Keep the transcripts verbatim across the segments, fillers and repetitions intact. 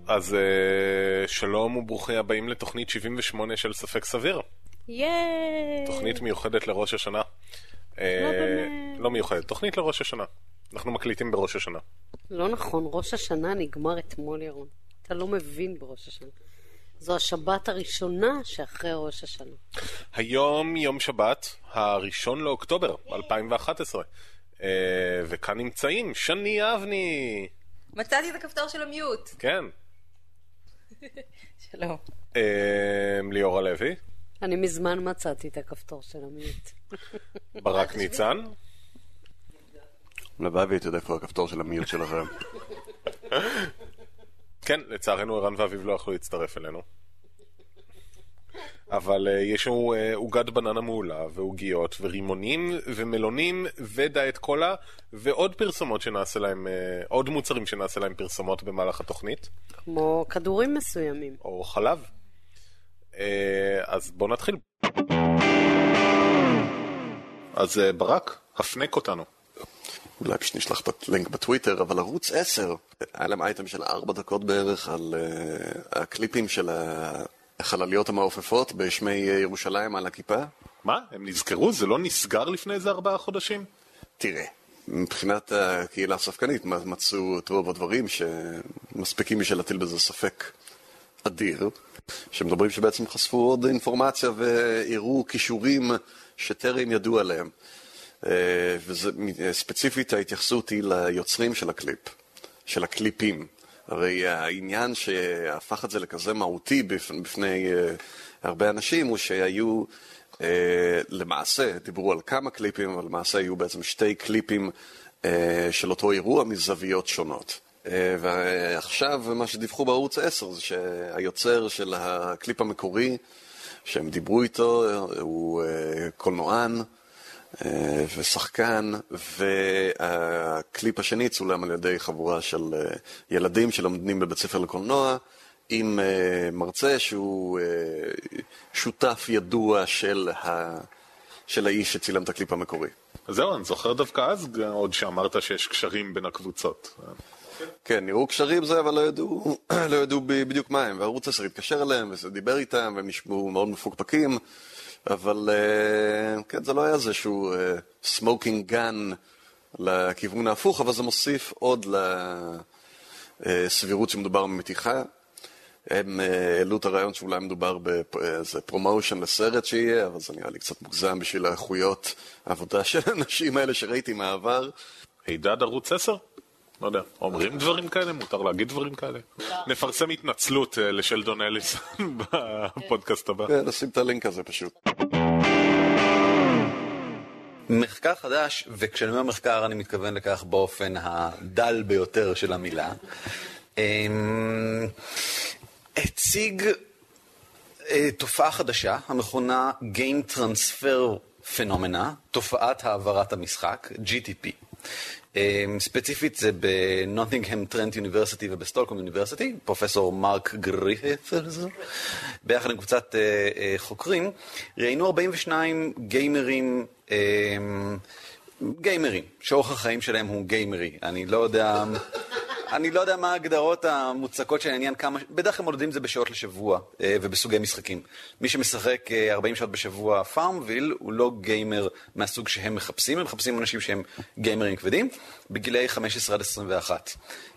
אז uh, שלום וברוכים הבאים לתוכנית שבעים ושמונה של ספק סביר. ייי! תוכנית מיוחדת לראש השנה. לא באמת. לא מיוחדת, תוכנית לראש השנה. אנחנו מקליטים בראש השנה. לא נכון, ראש השנה נגמר אתמול, ירון. אתה לא מבין בראש השנה. זו השבת הראשונה שאחרי ראש השנה. היום יום שבת, הראשון לאוקטובר אלפיים ואחת עשרה. Uh, וכאן נמצאים שני אבני. מצאתי את הכפתור של המיוט. כן. שלום. Uh, ליאור הלוי. אני מזמן מצאתי את הכפתור של המיוט. ברק ניצן. לבבי, אתה יודע איפה הכפתור של המיוט שלכם. כן, לצערנו ערן ואביב לא יכלו להצטרף אלינו. אבל uh, יש לנו uh, עוגת בננה מעולה, ועוגיות, ורימונים, ומלונים, ודייט קולה, ועוד פרסומות שנעשה להם, uh, עוד מוצרים שנעשה להם פרסומות במהלך התוכנית. כמו כדורים מסוימים. או חלב. Uh, אז בואו נתחיל. אז uh, ברק, הפנק אותנו. אולי פשוט נשלח לינק בטוויטר, אבל ערוץ עשר, היה להם אייטם של ארבע דקות בערך על uh, הקליפים של החלליות המעופפות בשמי ירושלים על הכיפה. מה? הם נזכרו? זה לא נסגר לפני איזה ארבעה חודשים? תראה, מבחינת הקהילה הספקנית מצאו את רוב הדברים שמספיקים בשביל להטיל בזה ספק אדיר, שמדברים שבעצם חשפו עוד אינפורמציה והראו קישורים שטרם ידעו עליהם. וספציפית ההתייחסות היא ליוצרים של הקליפ, של הקליפים. הרי העניין שהפך את זה לכזה מהותי בפני הרבה אנשים הוא שהיו למעשה, דיברו על כמה קליפים, אבל למעשה היו בעצם שתי קליפים של אותו אירוע מזוויות שונות. ועכשיו מה שדיווחו בערוץ עשר זה שהיוצר של הקליפ המקורי שהם דיברו איתו הוא קולנוען ושחקן, והקליפ השני צולם על ידי חבורה של ילדים שלומדים בבית ספר לקולנוע עם מרצה שהוא שותף ידוע של, ה... של האיש שצילם את הקליפ המקורי. אז זהו, אני זוכר דווקא אז עוד שאמרת שיש קשרים בין הקבוצות. כן, נראו קשרים זה, אבל לא ידעו, לא ידעו בדיוק מה הם, והערוץ עשר התקשר אליהם ודיבר איתם והם נשמעו מאוד מפוקפקים, אבל כן, זה לא היה איזשהו סמוקינג גן לכיוון ההפוך, אבל זה מוסיף עוד לסבירות שמדובר במתיחה. הם העלו את הרעיון שאולי מדובר באיזה פרומושן לסרט שיהיה, אבל זה נראה לי קצת מוגזם בשביל האיכויות העבודה של האנשים האלה שראיתי מהעבר. הידד ערוץ עשר? לא יודע, אומרים דברים כאלה? מותר להגיד דברים כאלה? נפרסם התנצלות לשלדון אליס בפודקאסט הבא. כן, נשים את הלינק הזה פשוט. מחקר חדש, וכשאני אומר מחקר אני מתכוון לכך באופן הדל ביותר של המילה, הציג תופעה חדשה המכונה Game Transfer Phenomena, תופעת העברת המשחק, ג'י טי פי. ספציפית זה בנוטינגהם טרנט יוניברסיטי ובסטוקהולם יוניברסיטי, פרופסור מרק גריפלס, ביחד עם קבוצת חוקרים, ראיינו ארבעים ושניים גיימרים, גיימרים, שאורח החיים שלהם הוא גיימרי. אני לא יודע, אני לא יודע מה ההגדרות המוצקות של העניין, כמה, בדרך כלל מודדים זה בשעות לשבוע ובסוגי משחקים. מי שמשחק ארבעים שעות בשבוע פארמוויל הוא לא גיימר מהסוג שהם מחפשים, הם מחפשים אנשים שהם גיימרים כבדים, בגילאי חמש עשרה עד עשרים ואחת.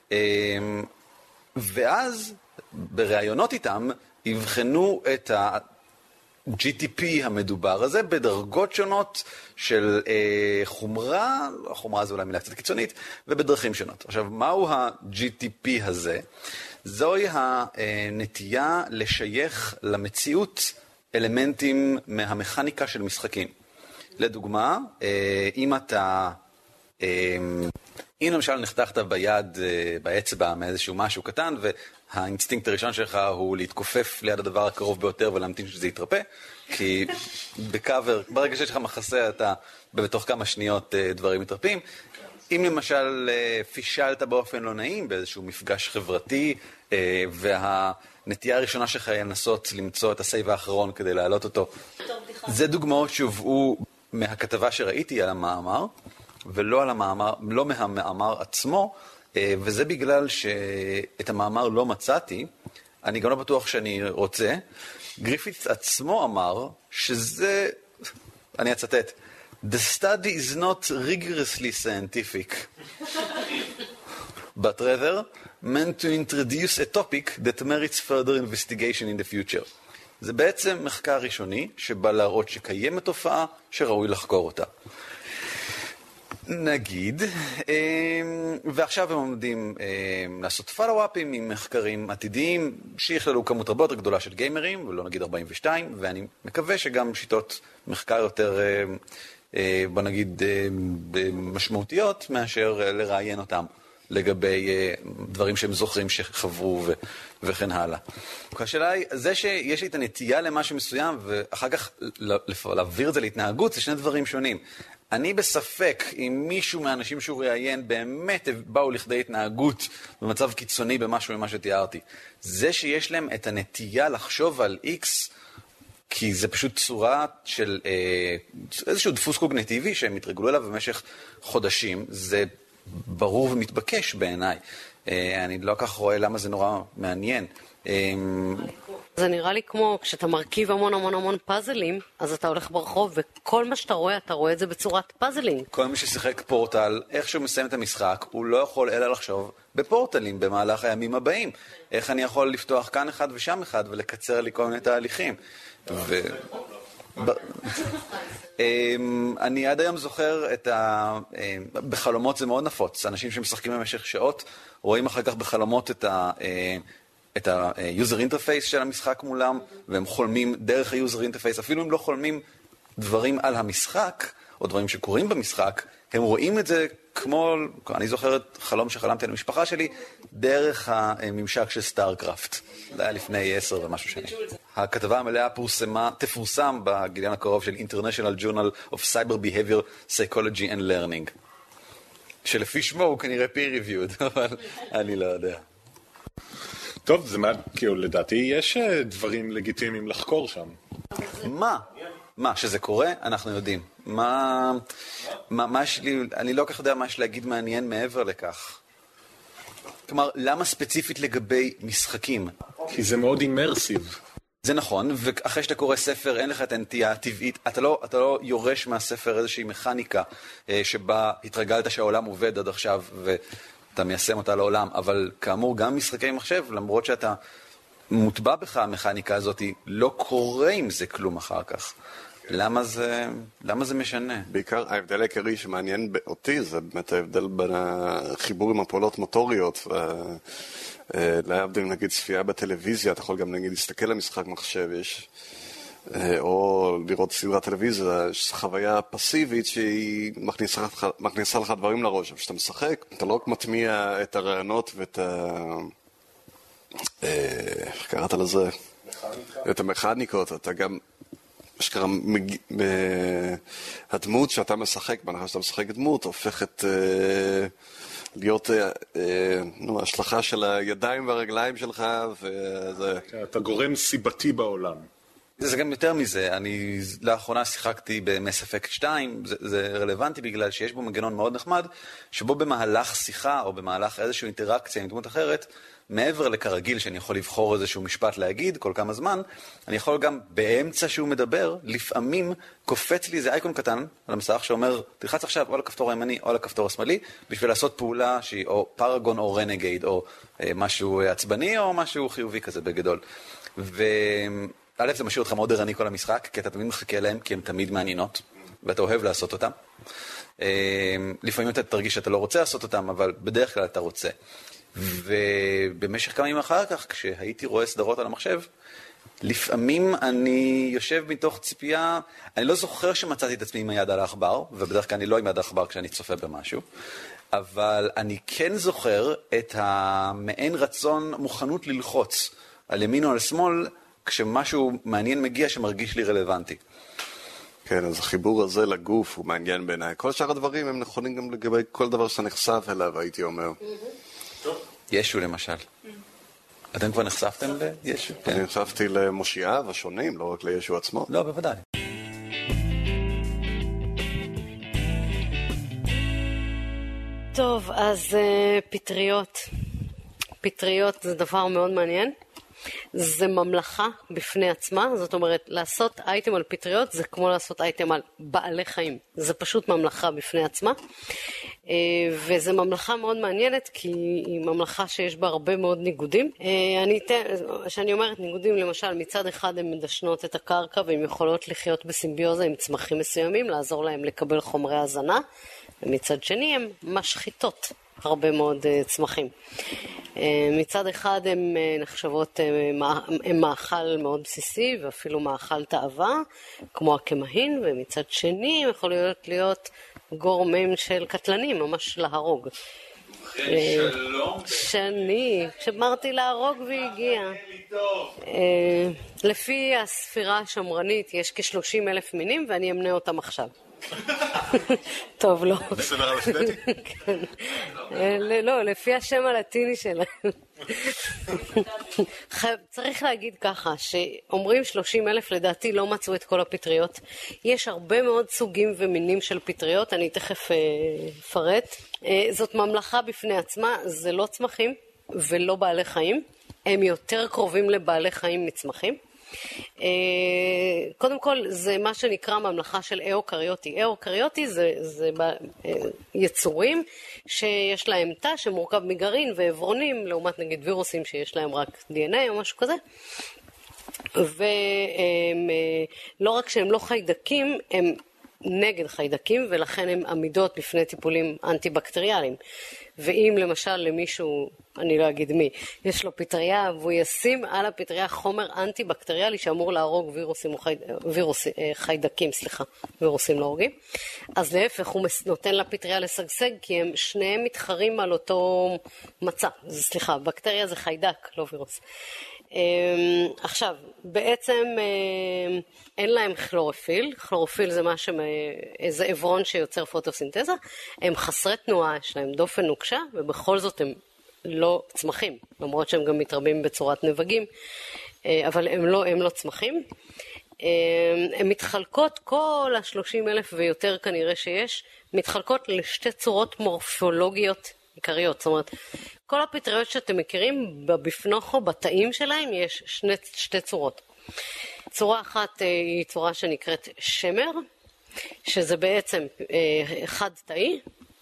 ואז בראיונות איתם יבחנו את ה... ג'י טי פי המדובר הזה בדרגות שונות של אה, חומרה, החומרה זו אולי מילה קצת קיצונית, ובדרכים שונות. עכשיו, מהו ה-ג'י טי פי הזה? זוהי הנטייה לשייך למציאות אלמנטים מהמכניקה של משחקים. לדוגמה, אה, אם אתה... אה, אם למשל נחתכת ביד, באצבע מאיזשהו משהו קטן, והאינסטינקט הראשון שלך הוא להתכופף ליד הדבר הקרוב ביותר ולהמתין שזה יתרפא, כי בקאבר, ברגע שיש לך מחסה, אתה בתוך כמה שניות דברים מתרפאים. אם למשל פישלת באופן לא נעים באיזשהו מפגש חברתי, והנטייה הראשונה שלך היא לנסות למצוא את הסייב האחרון כדי להעלות אותו. זה דוגמאות שהובאו מהכתבה שראיתי על המאמר, ולא על המאמר, לא מהמאמר עצמו, וזה בגלל שאת המאמר לא מצאתי, אני גם לא בטוח שאני רוצה. גריפית' עצמו אמר שזה, אני אצטט, The study is not rigorously scientific, but rather meant to introduce a topic that merits further investigation in the future. זה בעצם מחקר ראשוני שבא להראות שקיימת תופעה שראוי לחקור אותה. נגיד, ועכשיו הם עומדים לעשות פולו-אפים עם מחקרים עתידיים שיכללו כמות הרבה יותר גדולה של גיימרים, ולא נגיד ארבעים ושתיים, ואני מקווה שגם שיטות מחקר יותר, בוא נגיד, משמעותיות מאשר לראיין אותם לגבי דברים שהם זוכרים שחברו ו- וכן הלאה. השאלה היא, זה שיש לי את הנטייה למשהו מסוים ואחר כך להעביר את זה להתנהגות, זה שני דברים שונים. אני בספק אם מישהו מהאנשים שהוא ראיין באמת באו לכדי התנהגות במצב קיצוני במשהו ממה שתיארתי. זה שיש להם את הנטייה לחשוב על X, כי זה פשוט צורה של אה, איזשהו דפוס קוגניטיבי שהם התרגלו אליו במשך חודשים, זה ברור ומתבקש בעיניי. אה, אני לא כך רואה למה זה נורא מעניין. אה, זה נראה לי כמו כשאתה מרכיב המון המון המון פאזלים, אז אתה הולך ברחוב וכל מה שאתה רואה, אתה רואה את זה בצורת פאזלים. כל מי ששיחק פורטל, איך שהוא מסיים את המשחק, הוא לא יכול אלא לחשוב בפורטלים במהלך הימים הבאים. איך אני יכול לפתוח כאן אחד ושם אחד ולקצר לי כל מיני תהליכים. ו... אני עד היום זוכר את ה... בחלומות זה מאוד נפוץ. אנשים שמשחקים במשך שעות רואים אחר כך בחלומות את ה... את ה-user interface של המשחק מולם, והם חולמים דרך ה-user interface, אפילו אם לא חולמים דברים על המשחק, או דברים שקורים במשחק, הם רואים את זה כמו, אני זוכר את חלום שחלמתי על המשפחה שלי, דרך הממשק של סטארקראפט. זה היה לפני עשר ומשהו שנים. הכתבה המלאה פורסמה, תפורסם בגיליון הקרוב של International Journal of Cyber Behavior Psychology and Learning. שלפי שמו הוא כנראה peer-reviewed, אבל אני לא יודע. טוב, זה מה, כאילו, לדעתי יש דברים לגיטימיים לחקור שם. מה? מה, שזה קורה? אנחנו יודעים. מה, מה, מה יש לי, אני לא כך יודע מה יש להגיד מעניין מעבר לכך. כלומר, למה ספציפית לגבי משחקים? כי זה מאוד אימרסיב. זה נכון, ואחרי שאתה קורא ספר, אין לך את הנטייה הטבעית, אתה לא, אתה לא יורש מהספר איזושהי מכניקה, שבה התרגלת שהעולם עובד עד עכשיו, ו... אתה מיישם אותה לעולם, אבל כאמור גם משחקי מחשב, למרות שאתה מוטבע בך המכניקה הזאת, לא קורה עם זה כלום אחר כך. למה זה, למה זה משנה? בעיקר ההבדל העיקרי שמעניין אותי זה באמת ההבדל בין החיבור עם הפעולות מוטוריות, להבדיל נגיד צפייה בטלוויזיה, אתה יכול גם נגיד להסתכל על משחק מחשב, יש... או לראות סדרת טלוויזיה, יש חוויה פסיבית שהיא מכניסה לך, מכניסה לך דברים לראש. כשאתה משחק, אתה לא רק מטמיע את הרעיונות ואת ה... איך קראת לזה? את המכניקות, אתה גם... אשכרה מג... הדמות שאתה משחק, בהנחה שאתה משחק דמות, הופכת להיות נו, השלכה של הידיים והרגליים שלך, וזה... אתה גורם סיבתי בעולם. זה גם יותר מזה, אני לאחרונה שיחקתי במס אפקט שתיים, זה, זה רלוונטי בגלל שיש בו מנגנון מאוד נחמד, שבו במהלך שיחה או במהלך איזושהי אינטראקציה עם דמות אחרת, מעבר לכרגיל שאני יכול לבחור איזשהו משפט להגיד כל כמה זמן, אני יכול גם באמצע שהוא מדבר, לפעמים קופץ לי איזה אייקון קטן על המסך שאומר, תלחץ עכשיו או לכפתור הימני או לכפתור השמאלי, בשביל לעשות פעולה שהיא או פרגון או רנגייד, או אה, משהו עצבני או משהו חיובי כזה בגדול. ו... א', זה משאיר אותך מאוד ערני כל המשחק, כי אתה תמיד מחכה להם, כי הם תמיד מעניינות, ואתה אוהב לעשות אותם. לפעמים אתה תרגיש שאתה לא רוצה לעשות אותם, אבל בדרך כלל אתה רוצה. ובמשך כמה ימים אחר כך, כשהייתי רואה סדרות על המחשב, לפעמים אני יושב מתוך ציפייה, אני לא זוכר שמצאתי את עצמי עם היד על העכבר, ובדרך כלל אני לא עם יד העכבר כשאני צופה במשהו, אבל אני כן זוכר את המעין רצון מוכנות ללחוץ על ימין או על שמאל, כשמשהו מעניין מגיע שמרגיש לי רלוונטי. כן, אז החיבור הזה לגוף הוא מעניין בעיניי. כל שאר הדברים הם נכונים גם לגבי כל דבר שאתה נחשף אליו, הייתי אומר. ישו למשל. אתם כבר נחשפתם לישו? אני נחשפתי למושיעיו השונים, לא רק לישו עצמו. לא, בוודאי. טוב, אז uh, פטריות. פטריות זה דבר מאוד מעניין. זה ממלכה בפני עצמה, זאת אומרת, לעשות אייטם על פטריות זה כמו לעשות אייטם על בעלי חיים. זה פשוט ממלכה בפני עצמה. Uh, וזה ממלכה מאוד מעניינת, כי היא ממלכה שיש בה הרבה מאוד ניגודים. Uh, אני אתן, שאני אומרת ניגודים, למשל, מצד אחד הן מדשנות את הקרקע, והן יכולות לחיות בסימביוזה עם צמחים מסוימים, לעזור להם לקבל חומרי הזנה. ומצד שני הן משחיתות הרבה מאוד uh, צמחים. Uh, מצד אחד הן uh, נחשבות, uh, הן מאכל מאוד בסיסי ואפילו מאכל תאווה, כמו הקמהין, ומצד שני הן יכולות להיות גורמים של קטלנים, ממש להרוג. שלום. שני, שמרתי להרוג והגיע. לפי הספירה השמרנית יש כ-שלושים אלף מינים ואני אמנה אותם עכשיו. טוב, לא. בסדר אלפביתי? כן. לא, לפי השם הלטיני שלהם. צריך להגיד ככה, שאומרים שלושים אלף, לדעתי לא מצאו את כל הפטריות. יש הרבה מאוד סוגים ומינים של פטריות, אני תכף אפרט. זאת ממלכה בפני עצמה, זה לא צמחים ולא בעלי חיים. הם יותר קרובים לבעלי חיים מצמחים. קודם כל זה מה שנקרא ממלכה של איוקריוטי. איוקריוטי זה, זה יצורים שיש להם תא שמורכב מגרעין ועברונים, לעומת נגיד וירוסים שיש להם רק די אן איי או משהו כזה. ולא רק שהם לא חיידקים, הם נגד חיידקים, ולכן הם עמידות בפני טיפולים אנטי-בקטריאליים. ואם למשל למישהו, אני לא אגיד מי, יש לו פטריה, והוא ישים על הפטריה חומר אנטי-בקטריאלי שאמור להרוג וירוסים, חייד... וירוס... חיידקים, סליחה, וירוסים לא הורגים, אז להפך הוא נותן לפטריה לשגשג, כי הם שניהם מתחרים על אותו מצע. סליחה, בקטריה זה חיידק, לא וירוס. עכשיו, בעצם אין להם כלורופיל, כלורופיל זה מה שמה, איזה עברון שיוצר פוטוסינתזה, הם חסרי תנועה, יש להם דופן נוקשה, ובכל זאת הם לא צמחים, למרות שהם גם מתרבים בצורת נבגים, אבל הם לא, הם לא צמחים. הם מתחלקות, כל השלושים אלף ויותר כנראה שיש, מתחלקות לשתי צורות מורפולוגיות עיקריות, זאת אומרת, כל הפטריות שאתם מכירים, בפנוכו, בתאים שלהם, יש שני, שתי צורות. צורה אחת היא צורה שנקראת שמר, שזה בעצם חד תאי.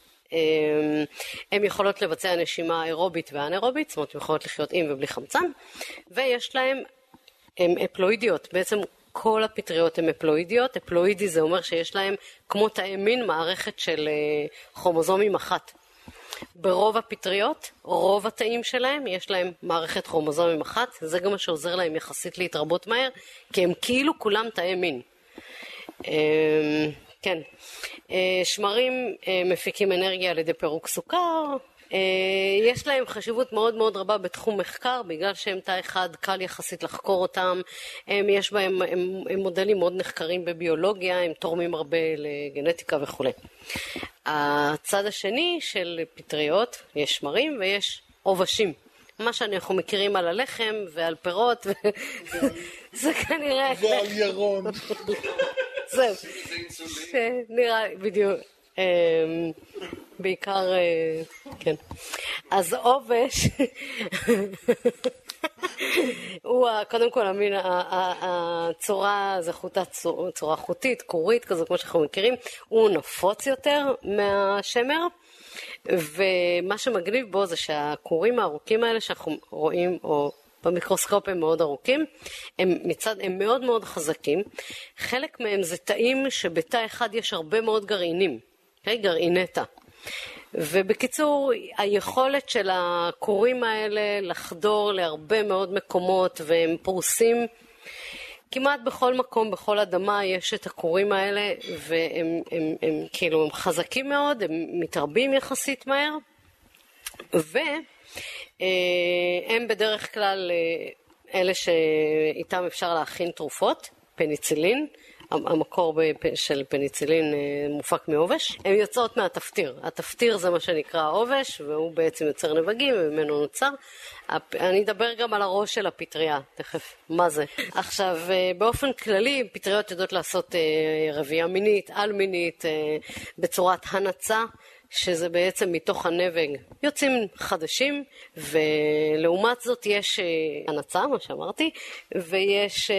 הן יכולות לבצע נשימה אירובית ואנאירובית, זאת אומרת, הן יכולות לחיות עם ובלי חמצן, ויש להן, הן אפלואידיות, בעצם כל הפטריות הן אפלואידיות. אפלואידי זה אומר שיש להן, כמו תאי מין, מערכת של כרומוזומים אחת. ברוב הפטריות, רוב התאים שלהם, יש להם מערכת כרומוזומים אחת, זה גם מה שעוזר להם יחסית להתרבות מהר, כי הם כאילו כולם תאי מין. כן. שמרים מפיקים אנרגיה על ידי פירוק סוכר, יש להם חשיבות מאוד מאוד רבה בתחום מחקר, בגלל שהם תא אחד קל יחסית לחקור אותם, הם, יש בהם הם, הם מודלים מאוד נחקרים בביולוגיה, הם תורמים הרבה לגנטיקה וכו'. הצד השני של פטריות, יש שמרים ויש עובשים. מה שאנחנו מכירים על הלחם ועל פירות, זה כנראה... ועל ירון. זהו. נראה, בדיוק. בעיקר, כן. אז עובש, הוא קודם כל המין, הצורה, זה חוטה, צורה חוטית, קורית, כזו כמו שאנחנו מכירים, הוא נפוץ יותר מהשמר, ומה שמגניב בו זה שהקורים הארוכים האלה שאנחנו רואים, או במיקרוסקופ הם מאוד ארוכים, הם מצד, הם מאוד מאוד חזקים, חלק מהם זה תאים שבתא אחד יש הרבה מאוד גרעינים, okay? גרעיני תא. ובקיצור, היכולת של הקורים האלה לחדור להרבה מאוד מקומות, והם פורסים כמעט בכל מקום, בכל אדמה יש את הקורים האלה, והם הם, הם, כאילו, הם חזקים מאוד, הם מתרבים יחסית מהר, והם בדרך כלל אלה שאיתם אפשר להכין תרופות, פניצילין, המקור של פניצילין מופק מעובש, הן יוצאות מהתפטיר. התפטיר זה מה שנקרא העובש, והוא בעצם יוצר נבגים, וממנו נוצר. אני אדבר גם על הראש של הפטריה, תכף, מה זה. עכשיו, באופן כללי, פטריות יודעות לעשות רבייה מינית, על מינית, בצורת הנצה, שזה בעצם מתוך הנבג יוצאים חדשים, ולעומת זאת יש הנצה, מה שאמרתי, ויש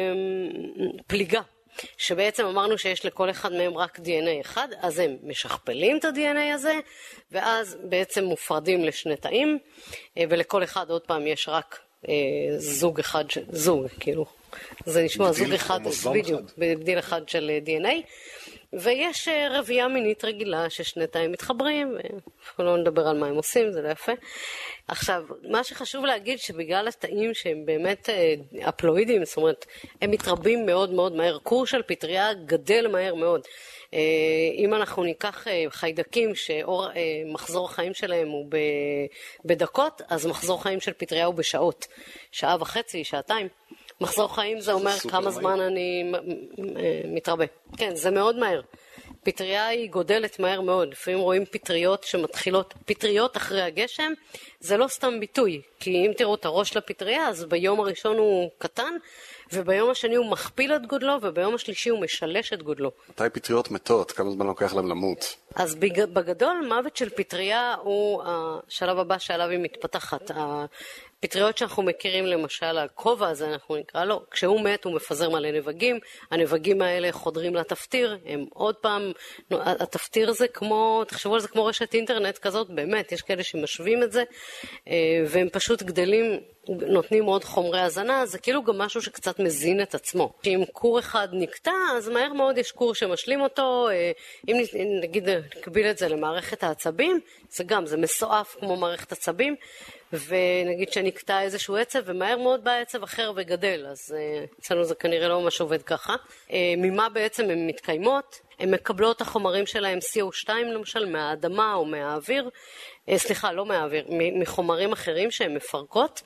פליגה. שבעצם אמרנו שיש לכל אחד מהם רק די אן איי אחד, אז הם משכפלים את ה-די אן איי הזה, ואז בעצם מופרדים לשני תאים, ולכל אחד עוד פעם יש רק אה, זוג אחד, זוג, כאילו, זה נשמע זוג אחד, בדיוק, בגדיל אחד של די אן איי, ויש רבייה מינית רגילה ששני תאים מתחברים, ואנחנו לא נדבר על מה הם עושים, זה לא יפה. עכשיו, מה שחשוב להגיד שבגלל התאים שהם באמת אפלואידים, זאת אומרת, הם מתרבים מאוד מאוד מהר, קור של פטריה גדל מהר מאוד. אם אנחנו ניקח חיידקים שמחזור החיים שלהם הוא בדקות, אז מחזור חיים של פטריה הוא בשעות, שעה וחצי, שעתיים. מחזור חיים זה אומר כמה זמן אני מתרבה. כן, זה מאוד מהר. פטריה היא גודלת מהר מאוד. לפעמים רואים פטריות שמתחילות, פטריות אחרי הגשם, זה לא סתם ביטוי. כי אם תראו את הראש לפטריה, אז ביום הראשון הוא קטן, וביום השני הוא מכפיל את גודלו, וביום השלישי הוא משלש את גודלו. מתי פטריות מתות? כמה זמן לוקח להם למות? אז בגדול, מוות של פטריה הוא השלב הבא שעליו היא מתפתחת. הפטריות שאנחנו מכירים, למשל, הכובע הזה, אנחנו נקרא לו, כשהוא מת הוא מפזר מלא נבגים, הנבגים האלה חודרים לתפטיר, הם עוד פעם, התפטיר זה כמו, תחשבו על זה כמו רשת אינטרנט כזאת, באמת, יש כאלה שמשווים את זה, והם פשוט גדלים, נותנים עוד חומרי הזנה, זה כאילו גם משהו שקצת מזין את עצמו. אם קור אחד נקטע, אז מהר מאוד יש קור שמשלים אותו, אם נגיד נקביל את זה למערכת העצבים, זה גם, זה מסועף כמו מערכת עצבים, ונגיד שנקטע איזשהו עצב, ומהר מאוד בא עצב אחר וגדל, אז אצלנו זה כנראה לא ממש עובד ככה. ממה בעצם הן מתקיימות? הן מקבלות החומרים שלהם סי או שתיים למשל, מהאדמה או מהאוויר, סליחה, לא מהאוויר, מחומרים אחרים שהן מפרקות,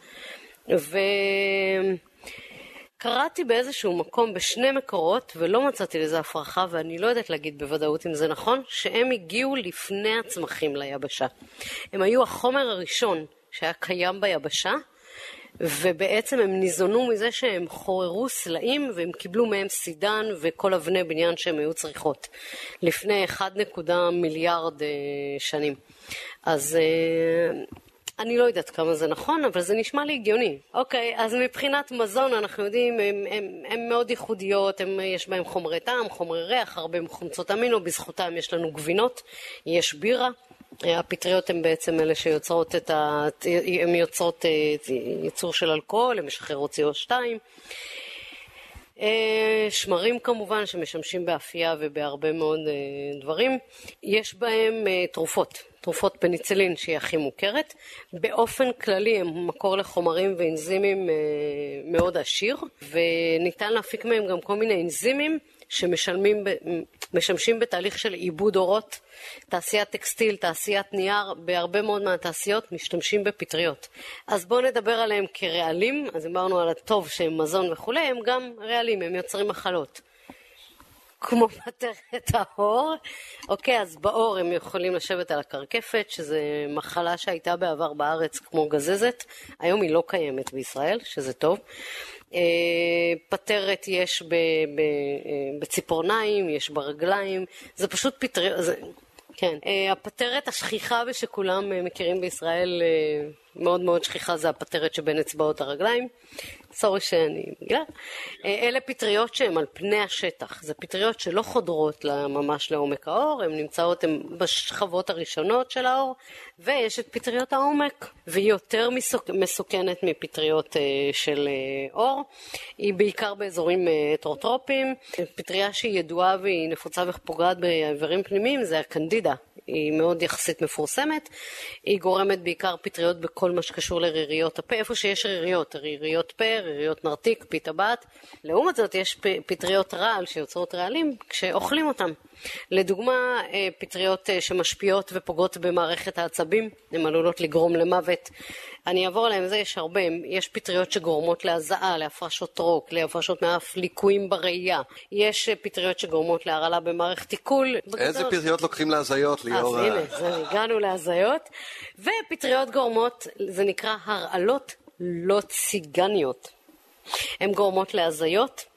וקראתי באיזשהו מקום בשני מקורות, ולא מצאתי לזה הפרחה, ואני לא יודעת להגיד בוודאות אם זה נכון, שהם הגיעו לפני הצמחים ליבשה. הם היו החומר הראשון שהיה קיים ביבשה, ובעצם הם ניזונו מזה שהם חוררו סלעים, והם קיבלו מהם סידן וכל אבני בניין שהם היו צריכות, לפני אחד נקודה מיליארד שנים. אז אני לא יודעת כמה זה נכון, אבל זה נשמע לי הגיוני. אוקיי, אז מבחינת מזון אנחנו יודעים, הם, הם, הם מאוד ייחודיות, הם, יש בהם חומרי טעם, חומרי ריח, הרבה חומצות אמינו, בזכותם יש לנו גבינות, יש בירה. הפטריות הן בעצם אלה שיוצרות את ה... הן יוצרות ייצור של אלכוהול, הן משחררות סי או שתיים. שמרים כמובן שמשמשים באפייה ובהרבה מאוד דברים. יש בהם תרופות, תרופות פניצילין שהיא הכי מוכרת. באופן כללי הם מקור לחומרים ואנזימים מאוד עשיר, וניתן להפיק מהם גם כל מיני אנזימים שמשלמים, משמשים בתהליך של עיבוד אורות. תעשיית טקסטיל, תעשיית נייר, בהרבה מאוד מהתעשיות משתמשים בפטריות. אז בואו נדבר עליהם כרעלים, אז אמרנו על הטוב שהם מזון וכולי, הם גם רעלים, הם יוצרים מחלות. כמו פטרת האור. אוקיי, אז באור הם יכולים לשבת על הקרקפת, שזה מחלה שהייתה בעבר בארץ כמו גזזת, היום היא לא קיימת בישראל, שזה טוב. פטרת יש ב, ב, בציפורניים, יש ברגליים, זה פשוט פטריות, זה... כן, הפטרת השכיחה ושכולם מכירים בישראל מאוד מאוד שכיחה זה הפטרת שבין אצבעות הרגליים. סורי שאני מגיעה. אלה פטריות שהן על פני השטח. זה פטריות שלא חודרות ממש לעומק האור, הן נמצאות הן בשכבות הראשונות של האור, ויש את פטריות העומק, והיא יותר מסוכנת מפטריות של אור. היא בעיקר באזורים הטרוטרופיים. פטריה שהיא ידועה והיא נפוצה ופוגעת באיברים פנימיים זה הקנדידה. היא מאוד יחסית מפורסמת, היא גורמת בעיקר פטריות בכל מה שקשור לריריות הפה, איפה שיש ריריות, ריריות פה, ריריות נרתיק, פית הבת. לעומת זאת יש פטריות רעל שיוצרות רעלים כשאוכלים אותם. לדוגמה, פטריות שמשפיעות ופוגעות במערכת העצבים, הן עלולות לגרום למוות. אני אעבור עליהם, זה יש הרבה, יש פטריות שגורמות להזעה, להפרשות רוק, להפרשות מאף ליקויים בראייה. יש פטריות שגורמות להרעלה במערכת עיכול. איזה פטריות לוקחים להזיות, ליאור? אז הנה, זה, הגענו להזיות. ופטריות גורמות, זה נקרא הרעלות לא ציגניות. הן גורמות להזיות.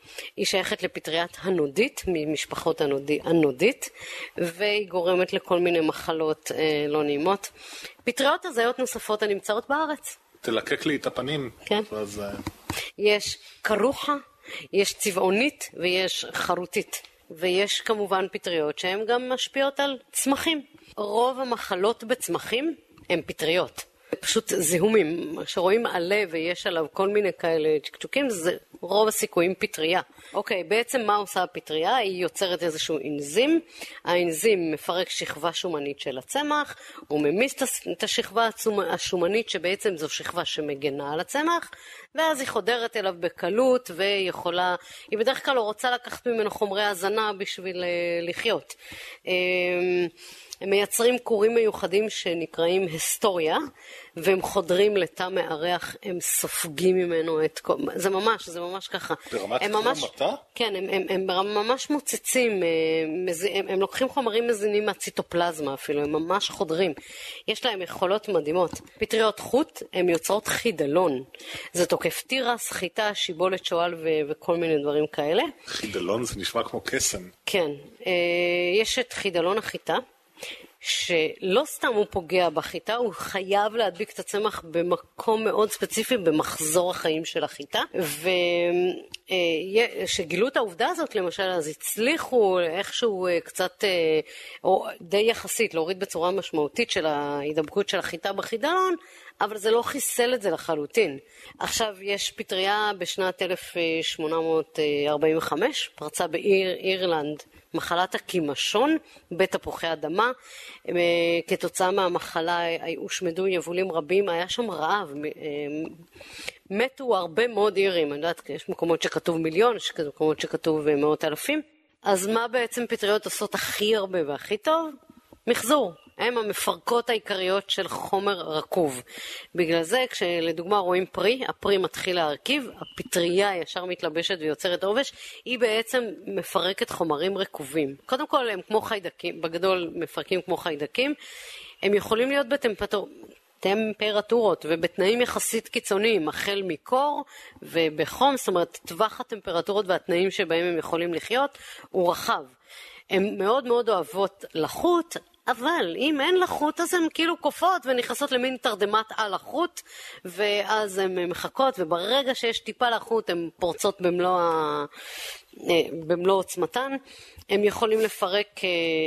היא שייכת לפטריית הנודית, ממשפחות הנודי, הנודית, והיא גורמת לכל מיני מחלות אה, לא נעימות. פטריות הזיות נוספות הנמצאות בארץ. תלקק לי את הפנים. כן. אז... יש קרוחה, יש צבעונית ויש חרוטית. ויש כמובן פטריות שהן גם משפיעות על צמחים. רוב המחלות בצמחים הן פטריות. פשוט זיהומים, שרואים עלה ויש עליו כל מיני כאלה צ'קצ'וקים, זה רוב הסיכויים פטריה. אוקיי, בעצם מה עושה הפטריה? היא יוצרת איזשהו אנזים, האנזים מפרק שכבה שומנית של הצמח, הוא ממיס את השכבה השומנית שבעצם זו שכבה שמגנה על הצמח, ואז היא חודרת אליו בקלות ויכולה, היא בדרך כלל לא רוצה לקחת ממנו חומרי הזנה בשביל לחיות. הם מייצרים קורים מיוחדים שנקראים היסטוריה, והם חודרים לתא מארח, הם סופגים ממנו את כל... זה ממש, זה ממש ככה. ברמת ממש, התא? כן, הם, הם, הם ממש מוצצים, הם, הם לוקחים חומרים מזינים מהציטופלזמה אפילו, הם ממש חודרים. יש להם יכולות מדהימות. פטריות חוט, הם יוצרות חידלון. זה תוקף תירס, חיטה, שיבולת שואל ו- וכל מיני דברים כאלה. חידלון זה נשמע כמו קסם. כן, יש את חידלון החיטה. שלא סתם הוא פוגע בחיטה, הוא חייב להדביק את הצמח במקום מאוד ספציפי במחזור החיים של החיטה, ושגילו את העובדה הזאת למשל, אז הצליחו איכשהו קצת, או די יחסית, להוריד בצורה משמעותית של ההידבקות של החיטה בחידלון, אבל זה לא חיסל את זה לחלוטין. עכשיו יש פטריה בשנת אלף שמונה מאות ארבעים וחמש, פרצה באיר, אירלנד, מחלת הקימשון בתפוחי אדמה. כתוצאה מהמחלה הושמדו יבולים רבים, היה שם רעב, מתו הרבה מאוד אירים, אני יודעת, יש מקומות שכתוב מיליון, יש מקומות שכתוב מאות אלפים. אז מה בעצם פטריות עושות הכי הרבה והכי טוב? מחזור. הם המפרקות העיקריות של חומר רקוב. בגלל זה, כשלדוגמה רואים פרי, הפרי מתחיל להרכיב, הפטריה ישר מתלבשת ויוצרת עובש, היא בעצם מפרקת חומרים רקובים. קודם כל, הם כמו חיידקים, בגדול מפרקים כמו חיידקים, הם יכולים להיות בטמפרטור... טמפרטורות ובתנאים יחסית קיצוניים, החל מקור ובחום, זאת אומרת, טווח הטמפרטורות והתנאים שבהם הם יכולים לחיות הוא רחב. הן מאוד מאוד אוהבות לחות, אבל אם אין לחוט אז הן כאילו קופות ונכנסות למין תרדמת על החוט, ואז הן מחכות, וברגע שיש טיפה לחוט הן פורצות במלוא, ה... במלוא עוצמתן. הם יכולים לפרק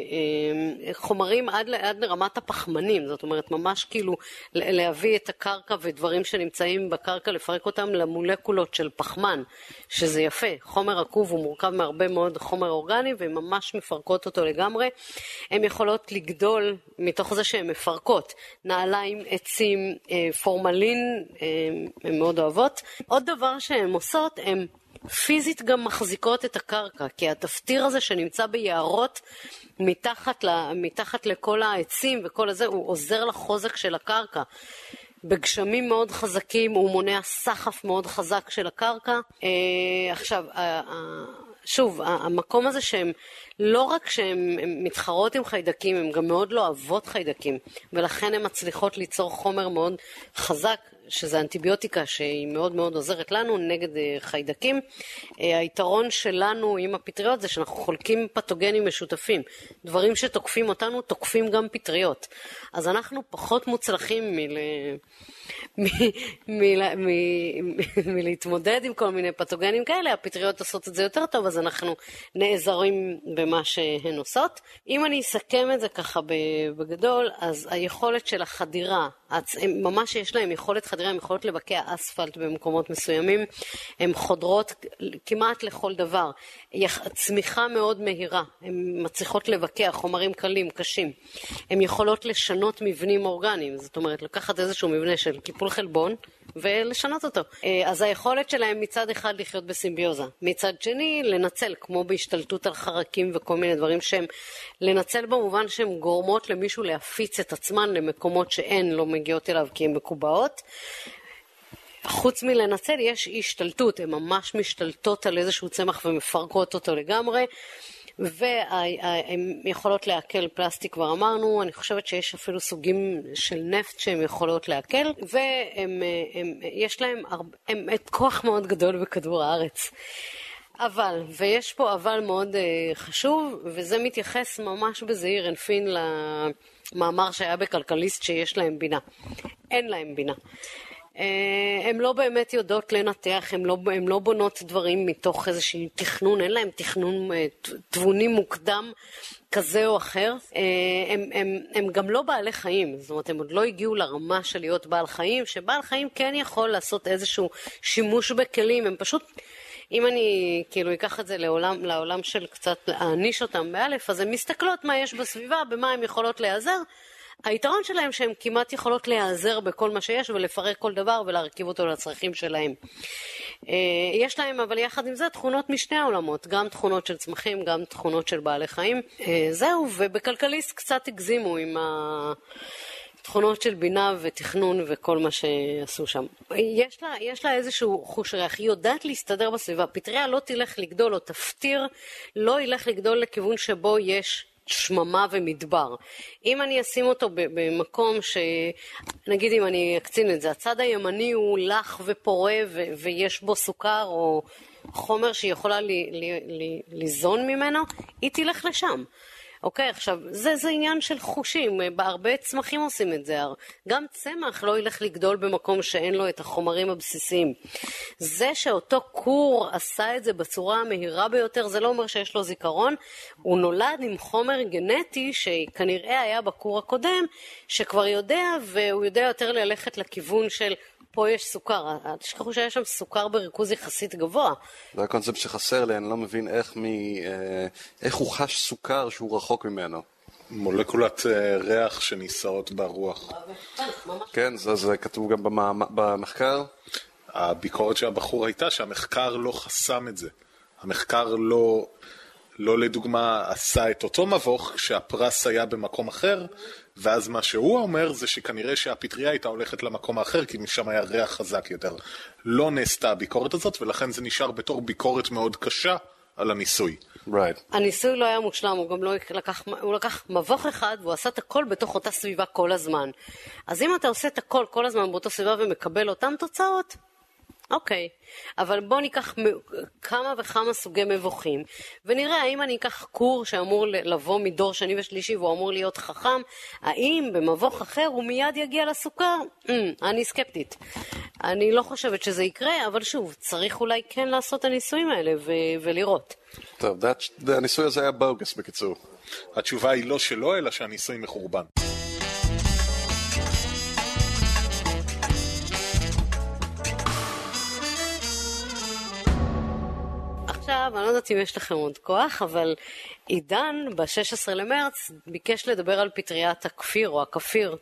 חומרים עד, עד לרמת הפחמנים, זאת אומרת ממש כאילו להביא את הקרקע ודברים שנמצאים בקרקע, לפרק אותם למולקולות של פחמן, שזה יפה. חומר עקוב הוא מורכב מהרבה מאוד חומר אורגני והן ממש מפרקות אותו לגמרי. הן יכולות לגדול מתוך זה שהן מפרקות נעליים, עצים, פורמלין, הן מאוד אוהבות. עוד דבר שהן עושות, הן פיזית גם מחזיקות את הקרקע, כי התפטיר הזה שנמצא ביערות מתחת, ל, מתחת לכל העצים וכל הזה, הוא עוזר לחוזק של הקרקע. בגשמים מאוד חזקים הוא מונע סחף מאוד חזק של הקרקע. אה, עכשיו, אה, שוב, המקום הזה שהם לא רק שהן מתחרות עם חיידקים, הן גם מאוד לא אוהבות חיידקים, ולכן הן מצליחות ליצור חומר מאוד חזק, שזה אנטיביוטיקה שהיא מאוד מאוד עוזרת לנו נגד חיידקים. היתרון שלנו עם הפטריות זה שאנחנו חולקים פתוגנים משותפים. דברים שתוקפים אותנו תוקפים גם פטריות. אז אנחנו פחות מוצלחים מל... מ... מ... מ... מלהתמודד עם כל מיני פתוגנים כאלה. הפטריות עושות את זה יותר טוב, אז אנחנו נעזרים במה שהן עושות. אם אני אסכם את זה ככה בגדול, אז היכולת של החדירה, ממש יש להם יכולת חדירה, הן יכולות לבקע אספלט במקומות מסוימים, הן חודרות כמעט לכל דבר, צמיחה מאוד מהירה, הן מצליחות לבקע חומרים קלים, קשים, הן יכולות לשנות מבנים אורגניים, זאת אומרת לקחת איזשהו מבנה של קיפול חלבון ולשנות אותו. אז היכולת שלהם מצד אחד לחיות בסימביוזה, מצד שני לנצל, כמו בהשתלטות על חרקים וכל מיני דברים שהם, לנצל במובן שהם גורמות למישהו להפיץ את עצמן למקומות שאין לא מגיעות אליו כי הן מקובעות. חוץ מלנצל יש השתלטות, הן ממש משתלטות על איזשהו צמח ומפרקות אותו לגמרי, והן יכולות להקל פלסטיק כבר אמרנו, אני חושבת שיש אפילו סוגים של נפט שהן יכולות להקל, ויש להם את כוח מאוד גדול בכדור הארץ. אבל, ויש פה אבל מאוד uh, חשוב, וזה מתייחס ממש בזעיר אנפין למאמר שהיה בכלכליסט שיש להם בינה. אין להם בינה. הן לא באמת יודעות לנתח, הן לא, הן לא בונות דברים מתוך איזשהו תכנון, אין להם תכנון תבוני מוקדם כזה או אחר. הם, הם, הם גם לא בעלי חיים, זאת אומרת, הם עוד לא הגיעו לרמה של להיות בעל חיים, שבעל חיים כן יכול לעשות איזשהו שימוש בכלים, הם פשוט... אם אני כאילו אקח את זה לעולם, לעולם של קצת להעניש אותם באלף, אז הן מסתכלות מה יש בסביבה, במה הן יכולות להיעזר. היתרון שלהם שהן כמעט יכולות להיעזר בכל מה שיש ולפרק כל דבר ולהרכיב אותו לצרכים שלהם. יש להם אבל יחד עם זה תכונות משני העולמות, גם תכונות של צמחים, גם תכונות של בעלי חיים. זהו, ובכלכליסט קצת הגזימו עם ה... תכונות של בינה ותכנון וכל מה שעשו שם. יש לה, יש לה איזשהו חוש ריח, היא יודעת להסתדר בסביבה. פטריה לא תלך לגדול או תפתיר, לא ילך לגדול לכיוון שבו יש שממה ומדבר. אם אני אשים אותו במקום שנגיד אם אני אקצין את זה, הצד הימני הוא לח ופורה ו- ויש בו סוכר או חומר שיכולה לי, לי, לי, ליזון ממנו, היא תלך לשם. אוקיי, עכשיו, זה, זה עניין של חושים, בהרבה צמחים עושים את זה, גם צמח לא ילך לגדול במקום שאין לו את החומרים הבסיסיים. זה שאותו קור עשה את זה בצורה המהירה ביותר, זה לא אומר שיש לו זיכרון, הוא נולד עם חומר גנטי שכנראה היה בקור הקודם, שכבר יודע, והוא יודע יותר ללכת לכיוון של פה יש סוכר, תשכחו שיש שם סוכר בריכוז יחסית גבוה. זה הקונספט שחסר לי, אני לא מבין איך, מ, איך הוא חש סוכר שהוא רחוק ממנו. מולקולת ריח שנישאות ברוח. כן, זה, זה כתוב גם במאמר, במחקר. הביקורת של הבחור הייתה שהמחקר לא חסם את זה. המחקר לא, לא לדוגמה עשה את אותו מבוך שהפרס היה במקום אחר, ואז מה שהוא אומר זה שכנראה שהפטריה הייתה הולכת למקום האחר, כי משם היה ריח חזק יותר. לא נעשתה הביקורת הזאת, ולכן זה נשאר בתור ביקורת מאוד קשה על הניסוי. Right. הניסוי לא היה מושלם, הוא גם לא לקח, הוא לקח מבוך אחד, והוא עשה את הכל בתוך אותה סביבה כל הזמן. אז אם אתה עושה את הכל כל הזמן באותה סביבה ומקבל אותם תוצאות, אוקיי, אבל בוא ניקח כמה וכמה סוגי מבוכים, ונראה האם אני אקח קור שאמור לבוא מדור שני ושלישי והוא אמור להיות חכם, האם במבוך אחר הוא מיד יגיע לסוכר? Mm, אני סקפטית. אני לא חושבת שזה יקרה, אבל שוב, צריך אולי כן לעשות את הניסויים האלה ו- ולראות. טוב, הניסוי הזה היה בוגס בקיצור. התשובה היא לא שלא, אלא שהניסוי מחורבן. עכשיו, אני לא יודעת אם יש לכם עוד כוח, אבל עידן ב-שישה עשר למרץ ביקש לדבר על פטריית הכפיר או הכפיר,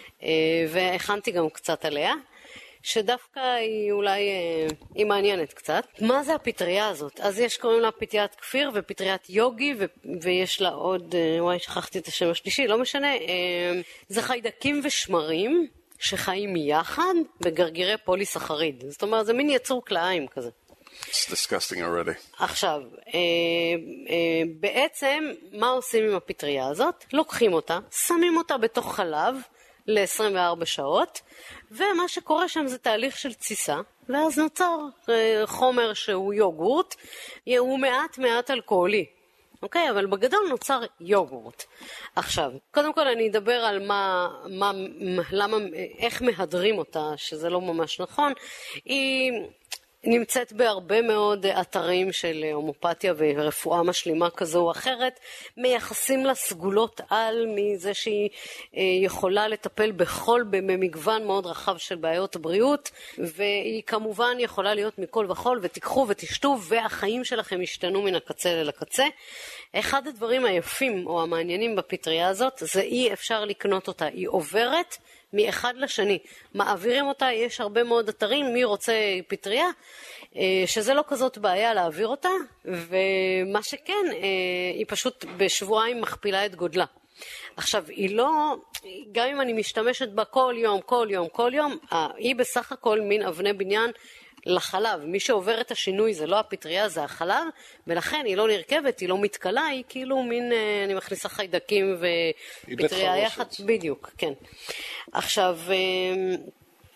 והכנתי גם קצת עליה, שדווקא היא אולי, היא מעניינת קצת. מה זה הפטריה הזאת? אז יש קוראים לה פטריית כפיר ופטריית יוגי, ו- ויש לה עוד, וואי, שכחתי את השם השלישי, לא משנה, זה חיידקים ושמרים שחיים יחד בגרגירי פוליסחריד. זאת אומרת, זה מין יצור כלאיים כזה. It's disgusting already. עכשיו, אה, אה, בעצם מה עושים עם הפטריה הזאת? לוקחים אותה, שמים אותה בתוך חלב ל-עשרים וארבע שעות, ומה שקורה שם זה תהליך של תסיסה, ואז נוצר אה, חומר שהוא יוגורט, הוא מעט מעט אלכוהולי. אוקיי, אבל בגדול נוצר יוגורט. עכשיו, קודם כל אני אדבר על מה, מה, למה, איך מהדרים אותה, שזה לא ממש נכון. היא נמצאת בהרבה מאוד אתרים של הומופתיה ורפואה משלימה כזו או אחרת, מייחסים לה סגולות על מזה שהיא יכולה לטפל בכל, במגוון מאוד רחב של בעיות בריאות, והיא כמובן יכולה להיות מכל וכל, ותיקחו ותשתו, והחיים שלכם ישתנו מן הקצה לקצה. אחד הדברים היפים או המעניינים בפטריה הזאת, זה אי אפשר לקנות אותה, היא עוברת מאחד לשני, מעבירים אותה, יש הרבה מאוד אתרים, מי רוצה פטריה, שזה לא כזאת בעיה להעביר אותה, ומה שכן, היא פשוט בשבועיים מכפילה את גודלה. עכשיו, היא לא, גם אם אני משתמשת בה כל יום, כל יום, כל יום, היא בסך הכל מין אבני בניין לחלב. מי שעובר את השינוי זה לא הפטריה, זה החלב, ולכן היא לא נרכבת, היא לא מתקלה, היא כאילו מין, אני מכניסה חיידקים ופטריה יחד. בדיוק, כן. עכשיו,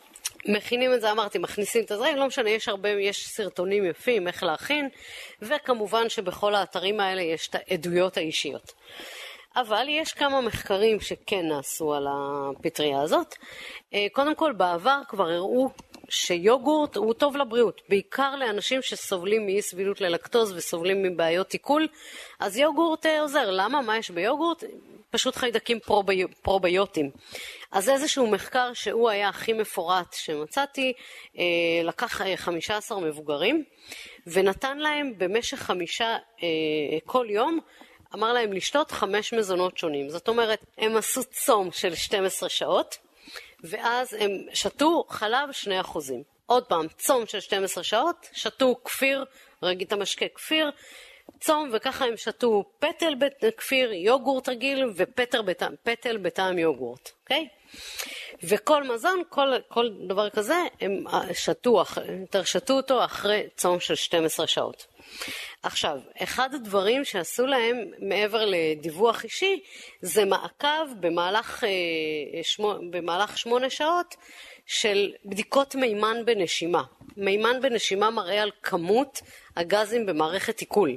מכינים את זה, אמרתי, מכניסים את הזרעים, לא משנה, יש הרבה, יש סרטונים יפים, איך להכין, וכמובן שבכל האתרים האלה יש את העדויות האישיות. אבל יש כמה מחקרים שכן נעשו על הפטריה הזאת. קודם כל, בעבר כבר הראו שיוגורט הוא טוב לבריאות, בעיקר לאנשים שסובלים מאי סבילות ללקטוז וסובלים מבעיות עיכול, אז יוגורט עוזר. למה? מה יש ביוגורט? פשוט חיידקים פרובי... פרוביוטיים. אז איזשהו מחקר שהוא היה הכי מפורט שמצאתי, לקח חמישה עשר מבוגרים, ונתן להם במשך חמישה כל יום, אמר להם לשתות חמש מזונות שונים. זאת אומרת, הם עשו צום של שתים עשרה שעות, ואז הם שתו חלב שני אחוזים. עוד פעם, צום של שתים עשרה שעות, שתו כפיר, רגיל המשקה כפיר, צום, וככה הם שתו פטל בכפיר, יוגורט רגיל, ופטל בטעם, פטל בטעם יוגורט, אוקיי? וכל מזון, כל, כל דבר כזה, הם שתו, שתו אותו אחרי צום של שתים עשרה שעות. עכשיו, אחד הדברים שעשו להם מעבר לדיווח אישי, זה מעקב במהלך, שמו, במהלך שמונה שעות של בדיקות מימן בנשימה. מימן בנשימה מראה על כמות הגזים במערכת עיכול.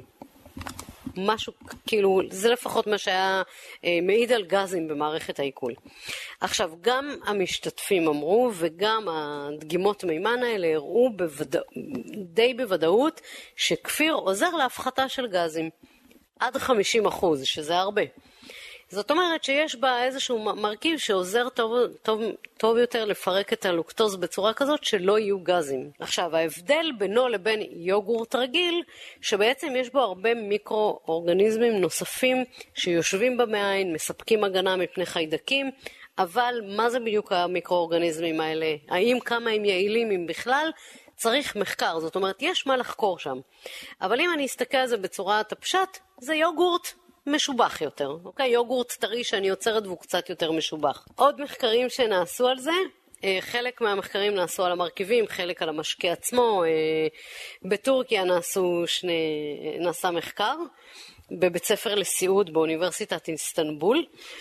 משהו, כאילו, זה לפחות מה שהיה אה, מעיד על גזים במערכת העיכול. עכשיו, גם המשתתפים אמרו, וגם הדגימות מימן האלה הראו בוודא, די בוודאות, שכפיר עוזר להפחתה של גזים. עד חמישים אחוז, שזה הרבה. זאת אומרת שיש בה איזשהו מרכיב שעוזר טוב, טוב, טוב יותר לפרק את הלוקטוז בצורה כזאת שלא יהיו גזים. עכשיו, ההבדל בינו לבין יוגורט רגיל, שבעצם יש בו הרבה מיקרו-אורגניזמים נוספים שיושבים במעיים, מספקים הגנה מפני חיידקים, אבל מה זה בדיוק המיקרו-אורגניזמים האלה? האם כמה הם יעילים אם בכלל? צריך מחקר, זאת אומרת, יש מה לחקור שם. אבל אם אני אסתכל על זה בצורת הפשט, זה יוגורט משובח יותר, אוקיי? יוגורט טרי שאני יוצרת והוא קצת יותר משובח. עוד מחקרים שנעשו על זה, חלק מהמחקרים נעשו על המרכיבים, חלק על המשקה עצמו. בטורקיה נעשו שני, נעשה מחקר, בבית ספר לסיעוד באוניברסיטת איסטנבול,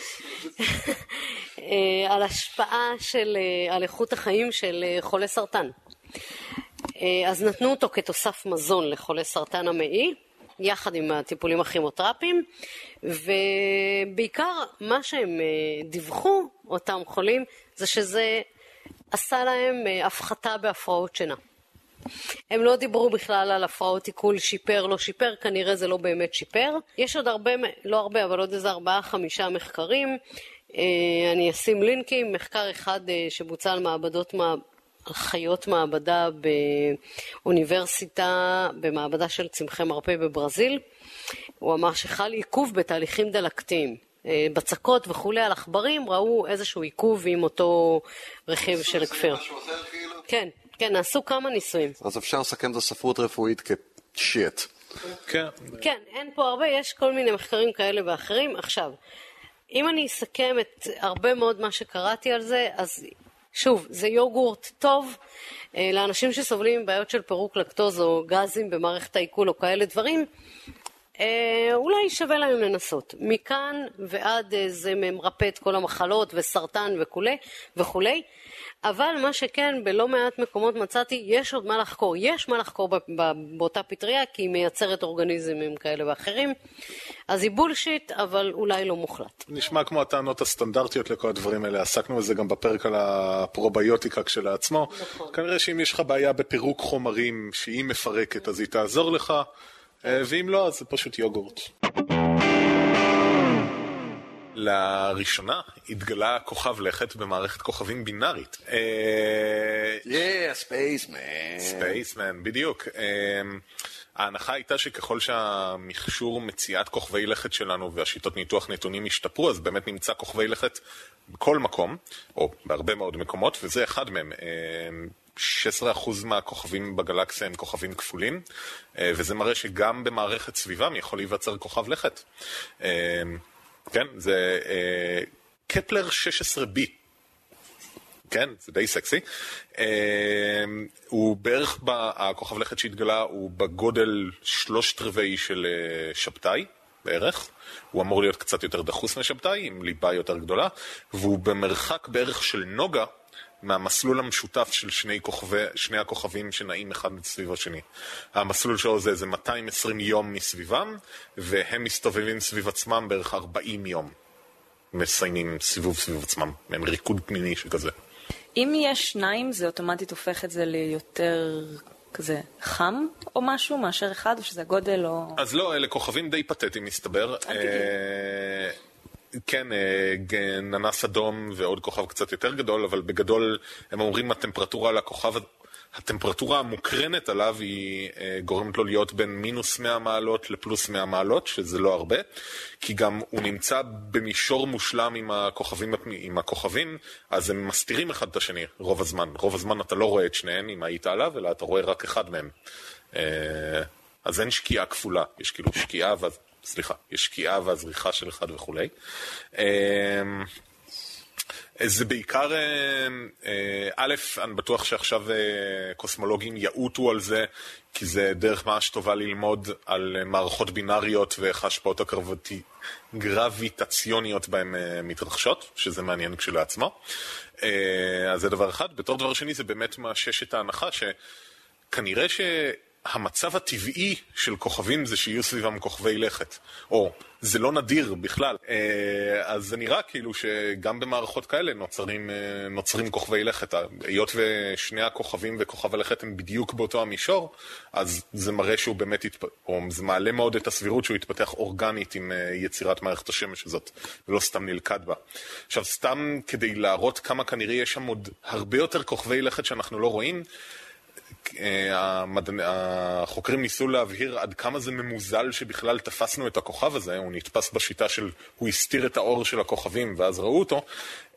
על השפעה של, על איכות החיים של חולי סרטן. אז נתנו אותו כתוסף מזון לחולי סרטן המעי, יחד עם הטיפולים הכימותרפיים, ובעיקר מה שהם דיווחו, אותם חולים, זה שזה עשה להם הפחתה בהפרעות שינה. הם לא דיברו בכלל על הפרעות עיכול, שיפר, לא שיפר, כנראה זה לא באמת שיפר. יש עוד הרבה, לא הרבה, אבל עוד איזה ארבעה, חמישה מחקרים. אני אשים לינקים, מחקר אחד שבוצע על מעבדות מעבדות, על חיות מעבדה באוניברסיטה, במעבדה של צמחי מרפא בברזיל. הוא אמר שחל עיכוב בתהליכים דלקתיים. בצקות וכולי על עכברים ראו איזשהו עיכוב עם אותו רכיב של כפיר. כן, כן, נעשו כמה ניסויים. אז אפשר לסכם את הספרות רפואית כשיט. כן. כן, אין פה הרבה, יש כל מיני מחקרים כאלה ואחרים. עכשיו, אם אני אסכם את הרבה מאוד מה שקראתי על זה, אז שוב, זה יוגורט טוב לאנשים שסובלים עם בעיות של פירוק לקטוז או גזים במערכת העיכול או כאלה דברים, אולי שווה להם לנסות. מכאן ועד זה מרפא את כל המחלות וסרטן וכולי וכולי, אבל מה שכן, בלא מעט מקומות מצאתי, יש עוד מה לחקור. יש מה לחקור באותה פטריה, כי היא מייצרת אורגניזמים כאלה ואחרים. אז היא בולשיט, אבל אולי לא מוחלט. נשמע כמו הטענות הסטנדרטיות לכל הדברים האלה. עסקנו בזה גם בפרק על הפרוביוטיקה כשלעצמו. נכון. כנראה שאם יש לך בעיה בפירוק חומרים שהיא מפרקת, אז היא תעזור לך, ואם לא, אז זה פשוט יוגורט. לראשונה התגלה כוכב לכת במערכת כוכבים בינארית. Yeah, ספייסמן. ספייסמן, בדיוק. ההנחה הייתה שככל שהמכשור מציאת כוכבי לכת שלנו והשיטות ניתוח נתונים השתפרו, אז באמת נמצא כוכבי לכת בכל מקום, או בהרבה מאוד מקומות, וזה אחד מהם. שש עשרה אחוז מהכוכבים בגלקסיה הם כוכבים כפולים, וזה מראה שגם במערכת סביבם יכול להיווצר כוכב לכת. כן, זה אה, קפלר שש עשרה בי. כן, זה די סקסי. אה, הוא בערך, הכוכב לכת שהתגלה, הוא בגודל שלושת רבעי של אה, שבתאי, בערך. הוא אמור להיות קצת יותר דחוס משבתאי, עם ליבה יותר גדולה, והוא במרחק בערך של נוגה מהמסלול המשותף של שני, כוכבי, שני הכוכבים שנעים אחד סביב השני. המסלול שלו זה, זה מאתיים ועשרים יום מסביבם, והם מסתובבים סביב עצמם בערך ארבעים יום. מסיימים סיבוב סביב עצמם, מהם ריקוד פנימי שכזה. אם יש שניים, זה אוטומטית הופך את זה ליותר כזה חם או משהו, מאשר אחד, או שזה הגודל או... אז לא, אלה כוכבים די פתטיים מסתבר. כן, ננס אדום ועוד כוכב קצת יותר גדול, אבל בגדול הם אומרים הטמפרטורה על הכוכב, הטמפרטורה המוקרנת עליו היא גורמת לו להיות בין מינוס מאה מעלות לפלוס מאה מעלות, שזה לא הרבה, כי גם הוא נמצא במישור מושלם עם הכוכבים, עם הכוכבים, אז הם מסתירים אחד את השני רוב הזמן. רוב הזמן אתה לא רואה את שניהם אם היית עליו, אלא אתה רואה רק אחד מהם. אז אין שקיעה כפולה, יש כאילו שקיעה ואז... סליחה, יש שקיעה והזריחה של אחד וכולי. זה בעיקר, א', אני בטוח שעכשיו קוסמולוגים יעוטו על זה, כי זה דרך ממש טובה ללמוד על מערכות בינאריות ואיך ההשפעות הגרביטציוניות בהן מתרחשות, שזה מעניין כשלעצמו. אז זה דבר אחד. בתור דבר שני זה באמת מאשש את ההנחה שכנראה ש... המצב הטבעי של כוכבים זה שיהיו סביבם כוכבי לכת, או זה לא נדיר בכלל, אז זה נראה כאילו שגם במערכות כאלה נוצרים, נוצרים כוכבי לכת, היות ושני הכוכבים וכוכב הלכת הם בדיוק באותו המישור, אז זה מראה שהוא באמת, או זה מעלה מאוד את הסבירות שהוא יתפתח אורגנית עם יצירת מערכת השמש הזאת, ולא סתם נלכד בה. עכשיו סתם כדי להראות כמה כנראה יש שם עוד הרבה יותר כוכבי לכת שאנחנו לא רואים, החוקרים ניסו להבהיר עד כמה זה ממוזל שבכלל תפסנו את הכוכב הזה, הוא נתפס בשיטה של, הוא הסתיר את האור של הכוכבים ואז ראו אותו.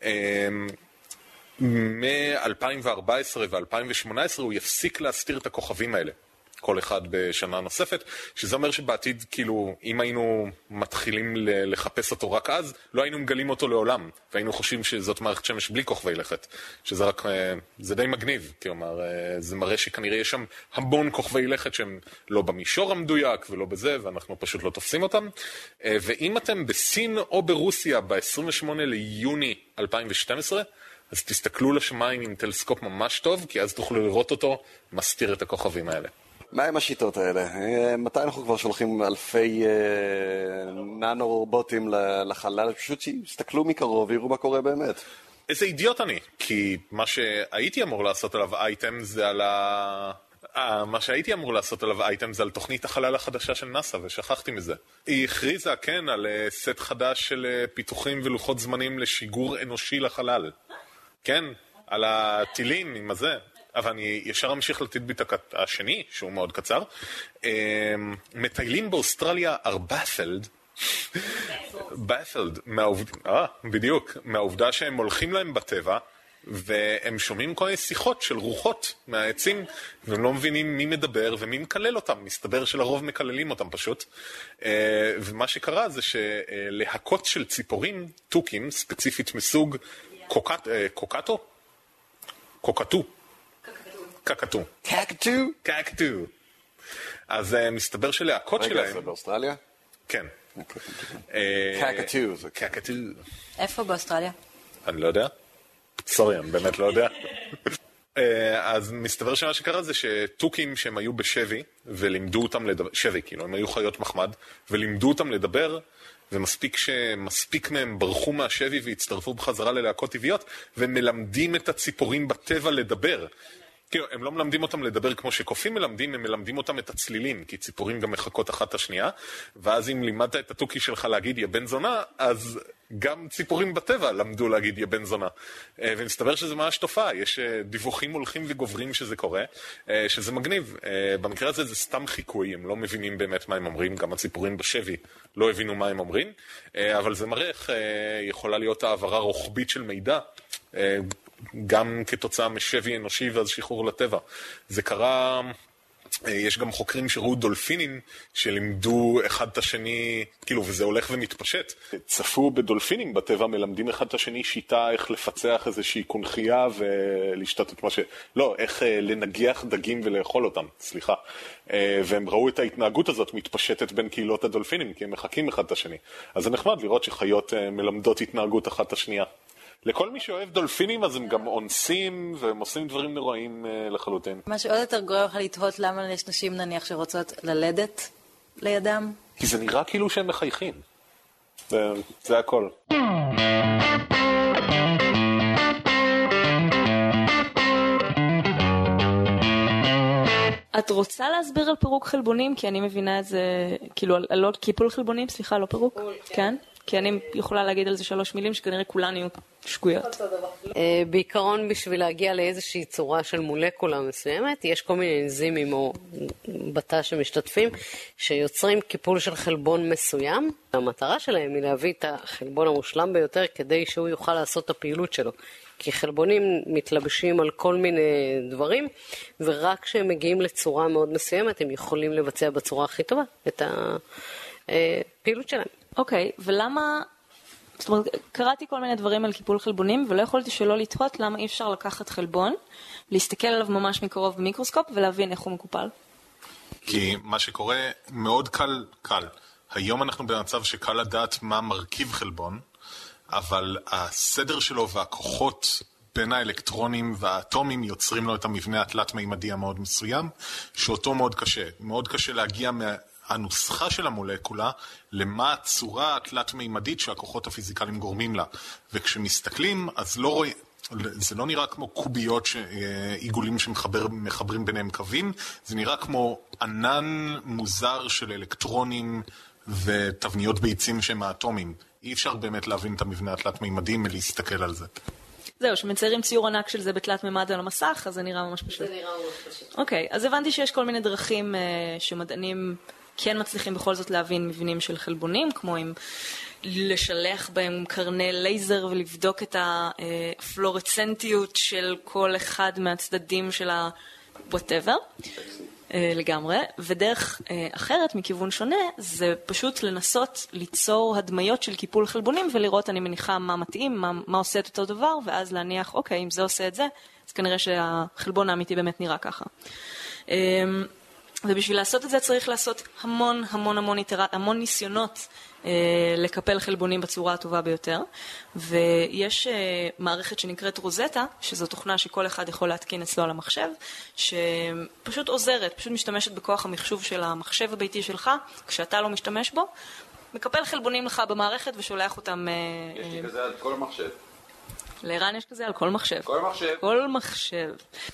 מ-אלפיים וארבע עשרה ו-אלפיים ושמונה עשרה הוא יפסיק להסתיר את הכוכבים האלה, כל אחד בשנה נוספת, שזה אומר שבעתיד, כאילו, אם היינו מתחילים לחפש אותו רק אז, לא היינו מגלים אותו לעולם, והיינו חושבים שזאת מערכת שמש בלי כוכבי לכת, שזה רק, זה די מגניב, כלומר, זה מראה שכנראה יש שם המון כוכבי לכת שהם לא במישור המדויק ולא בזה, ואנחנו פשוט לא תופסים אותם, ואם אתם בסין או ברוסיה ב-עשרים ושמונה ליוני אלפיים ושתים עשרה, אז תסתכלו לשמיים עם טלסקופ ממש טוב, כי אז תוכלו לראות אותו מסתיר את הכוכבים האלה. מה עם השיטות האלה? מתי אנחנו כבר שולחים אלפי ננו רובוטים לחלל? פשוט שיסתכלו מקרוב ויראו מה קורה באמת. איזה אידיוט אני, כי מה שהייתי אמור לעשות עליו אייטם זה על ה... מה שהייתי אמור לעשות עליו אייטם זה על תוכנית החלל החדשה של נאסא, ושכחתי מזה. היא הכריזה, כן, על סט חדש של פיתוחים ולוחות זמנים לשיגור אנושי לחלל. כן, על הטילים עם הזה. אבל אני ישר אמשיך לטידביט השני, שהוא מאוד קצר. מטיילים באוסטרליה ארבאפלד, באפלד, אה, בדיוק, מהעובדה שהם הולכים להם בטבע, והם שומעים כל מיני שיחות של רוחות מהעצים, והם לא מבינים מי מדבר ומי מקלל אותם, מסתבר שלרוב מקללים אותם פשוט. ומה שקרה זה שלהקות של ציפורים, טוקים, ספציפית מסוג קוקטו? קוקטו. קקטו. קקטו? קקטו. אז מסתבר שלהקות שלהם... רגע, זה באוסטרליה? כן. קקטו. קקטו. איפה באוסטרליה? אני לא יודע. סורי, אני באמת לא יודע. אז מסתבר שמה שקרה זה שטוקים שהם היו בשבי, ולימדו אותם לדבר, שבי כאילו, הם היו חיות מחמד, ולימדו אותם לדבר, ומספיק שמספיק מהם ברחו מהשבי והצטרפו בחזרה ללהקות טבעיות, ומלמדים את הציפורים בטבע לדבר. כאילו, הם לא מלמדים אותם לדבר כמו שקופים מלמדים, הם מלמדים אותם את הצלילים, כי ציפורים גם מחכות אחת השנייה, ואז אם לימדת את הטוקי שלך להגיד יא בן זונה, אז גם ציפורים בטבע למדו להגיד יא בן זונה. ומסתבר שזה ממש תופעה, יש דיווחים הולכים וגוברים שזה קורה, שזה מגניב. במקרה הזה זה סתם חיקוי, הם לא מבינים באמת מה הם אומרים, גם הציפורים בשבי לא הבינו מה הם אומרים, אבל זה מראה איך יכולה להיות העברה רוחבית של מידע, גם כתוצאה משבי אנושי ואז שחרור לטבע. זה קרה, יש גם חוקרים שראו דולפינים שלימדו אחד את השני, כאילו, וזה הולך ומתפשט. צפו בדולפינים בטבע, מלמדים אחד את השני שיטה איך לפצח איזושהי קונחייה ולשתת את מה ש... לא, איך לנגח דגים ולאכול אותם, סליחה. והם ראו את ההתנהגות הזאת מתפשטת בין קהילות הדולפינים, כי הם מחכים אחד את השני. אז זה נחמד לראות שחיות מלמדות התנהגות אחת את השנייה. לכל מי שאוהב דולפינים, אז הם גם אונסים, והם עושים דברים נוראים uh, לחלוטין. מה שעוד יותר גורם לך לתהות למה יש נשים נניח שרוצות ללדת לידם? כי זה נראה כאילו שהם מחייכים. זה, זה הכל. את רוצה להסביר על פירוק חלבונים? כי אני מבינה את זה, כאילו, על, על, קיפול חלבונים, סליחה, לא פירוק? קיפול, כן. כן? כי אני יכולה להגיד על זה שלוש מילים שכנראה כולן יהיו שגויות. בעיקרון, בשביל להגיע לאיזושהי צורה של מולקולה מסוימת, יש כל מיני אנזימים או בתא שמשתתפים, שיוצרים קיפול של חלבון מסוים. המטרה שלהם היא להביא את החלבון המושלם ביותר, כדי שהוא יוכל לעשות את הפעילות שלו. כי חלבונים מתלבשים על כל מיני דברים, ורק כשהם מגיעים לצורה מאוד מסוימת, הם יכולים לבצע בצורה הכי טובה את הפעילות שלהם. אוקיי, ולמה, זאת אומרת, קראתי כל מיני דברים על קיפול חלבונים, ולא יכולתי שלא לתהות למה אי אפשר לקחת חלבון, להסתכל עליו ממש מקרוב במיקרוסקופ, ולהבין איך הוא מקופל. כי מה שקורה מאוד קל, קל. היום אנחנו במצב שקל לדעת מה מרכיב חלבון, אבל הסדר שלו והכוחות בין האלקטרונים והאטומים יוצרים לו את המבנה התלת-מימדי המאוד מסוים, שאותו מאוד קשה. מאוד קשה להגיע מהנוסחה של המולקולה למה הצורה התלת-מימדית שהכוחות הפיזיקליים גורמים לה. וכשמסתכלים, אז לא רואים, זה לא נראה כמו קוביות, עיגולים שמחברים ביניהם קווים, זה נראה כמו ענן מוזר של אלקטרונים ותבניות ביצים שהם האטומים. אי אפשר באמת להבין את המבנה התלת-מימדי מלהסתכל על זה. זהו, שמציירים ציור ענק של זה בתלת מימד על המסך, אז זה נראה ממש פשוט. זה נראה ממש פשוט. אוקיי, אז הבנתי שיש כל מיני דרכים uh, שמדענים כן מצליחים בכל זאת להבין מבנים של חלבונים, כמו עם לשלח בהם קרני לייזר ולבדוק את הפלורסנטיות של כל אחד מהצדדים של ה-whatever. לגמרי, ודרך אחרת מכיוון שונה זה פשוט לנסות ליצור הדמיות של קיפול חלבונים ולראות, אני מניחה, מה מתאים, מה, מה עושה את אותו דבר, ואז להניח, אוקיי, אם זה עושה את זה, אז כנראה שהחלבון האמיתי באמת נראה ככה. ובשביל לעשות את זה צריך לעשות המון המון המון, המון ניסיונות לקפל חלבונים בצורה הטובה ביותר, ויש מערכת שנקראת רוזטה, שזו תוכנה שכל אחד יכול להתקין אצלו על המחשב, שפשוט עוזרת, פשוט משתמשת בכוח המחשוב של המחשב הביתי שלך, כשאתה לא משתמש בו, מקפל חלבונים לך במערכת ושולח אותם... יש לי כזה על כל מחשב. לערן יש כזה על כל מחשב. כל מחשב. כל מחשב.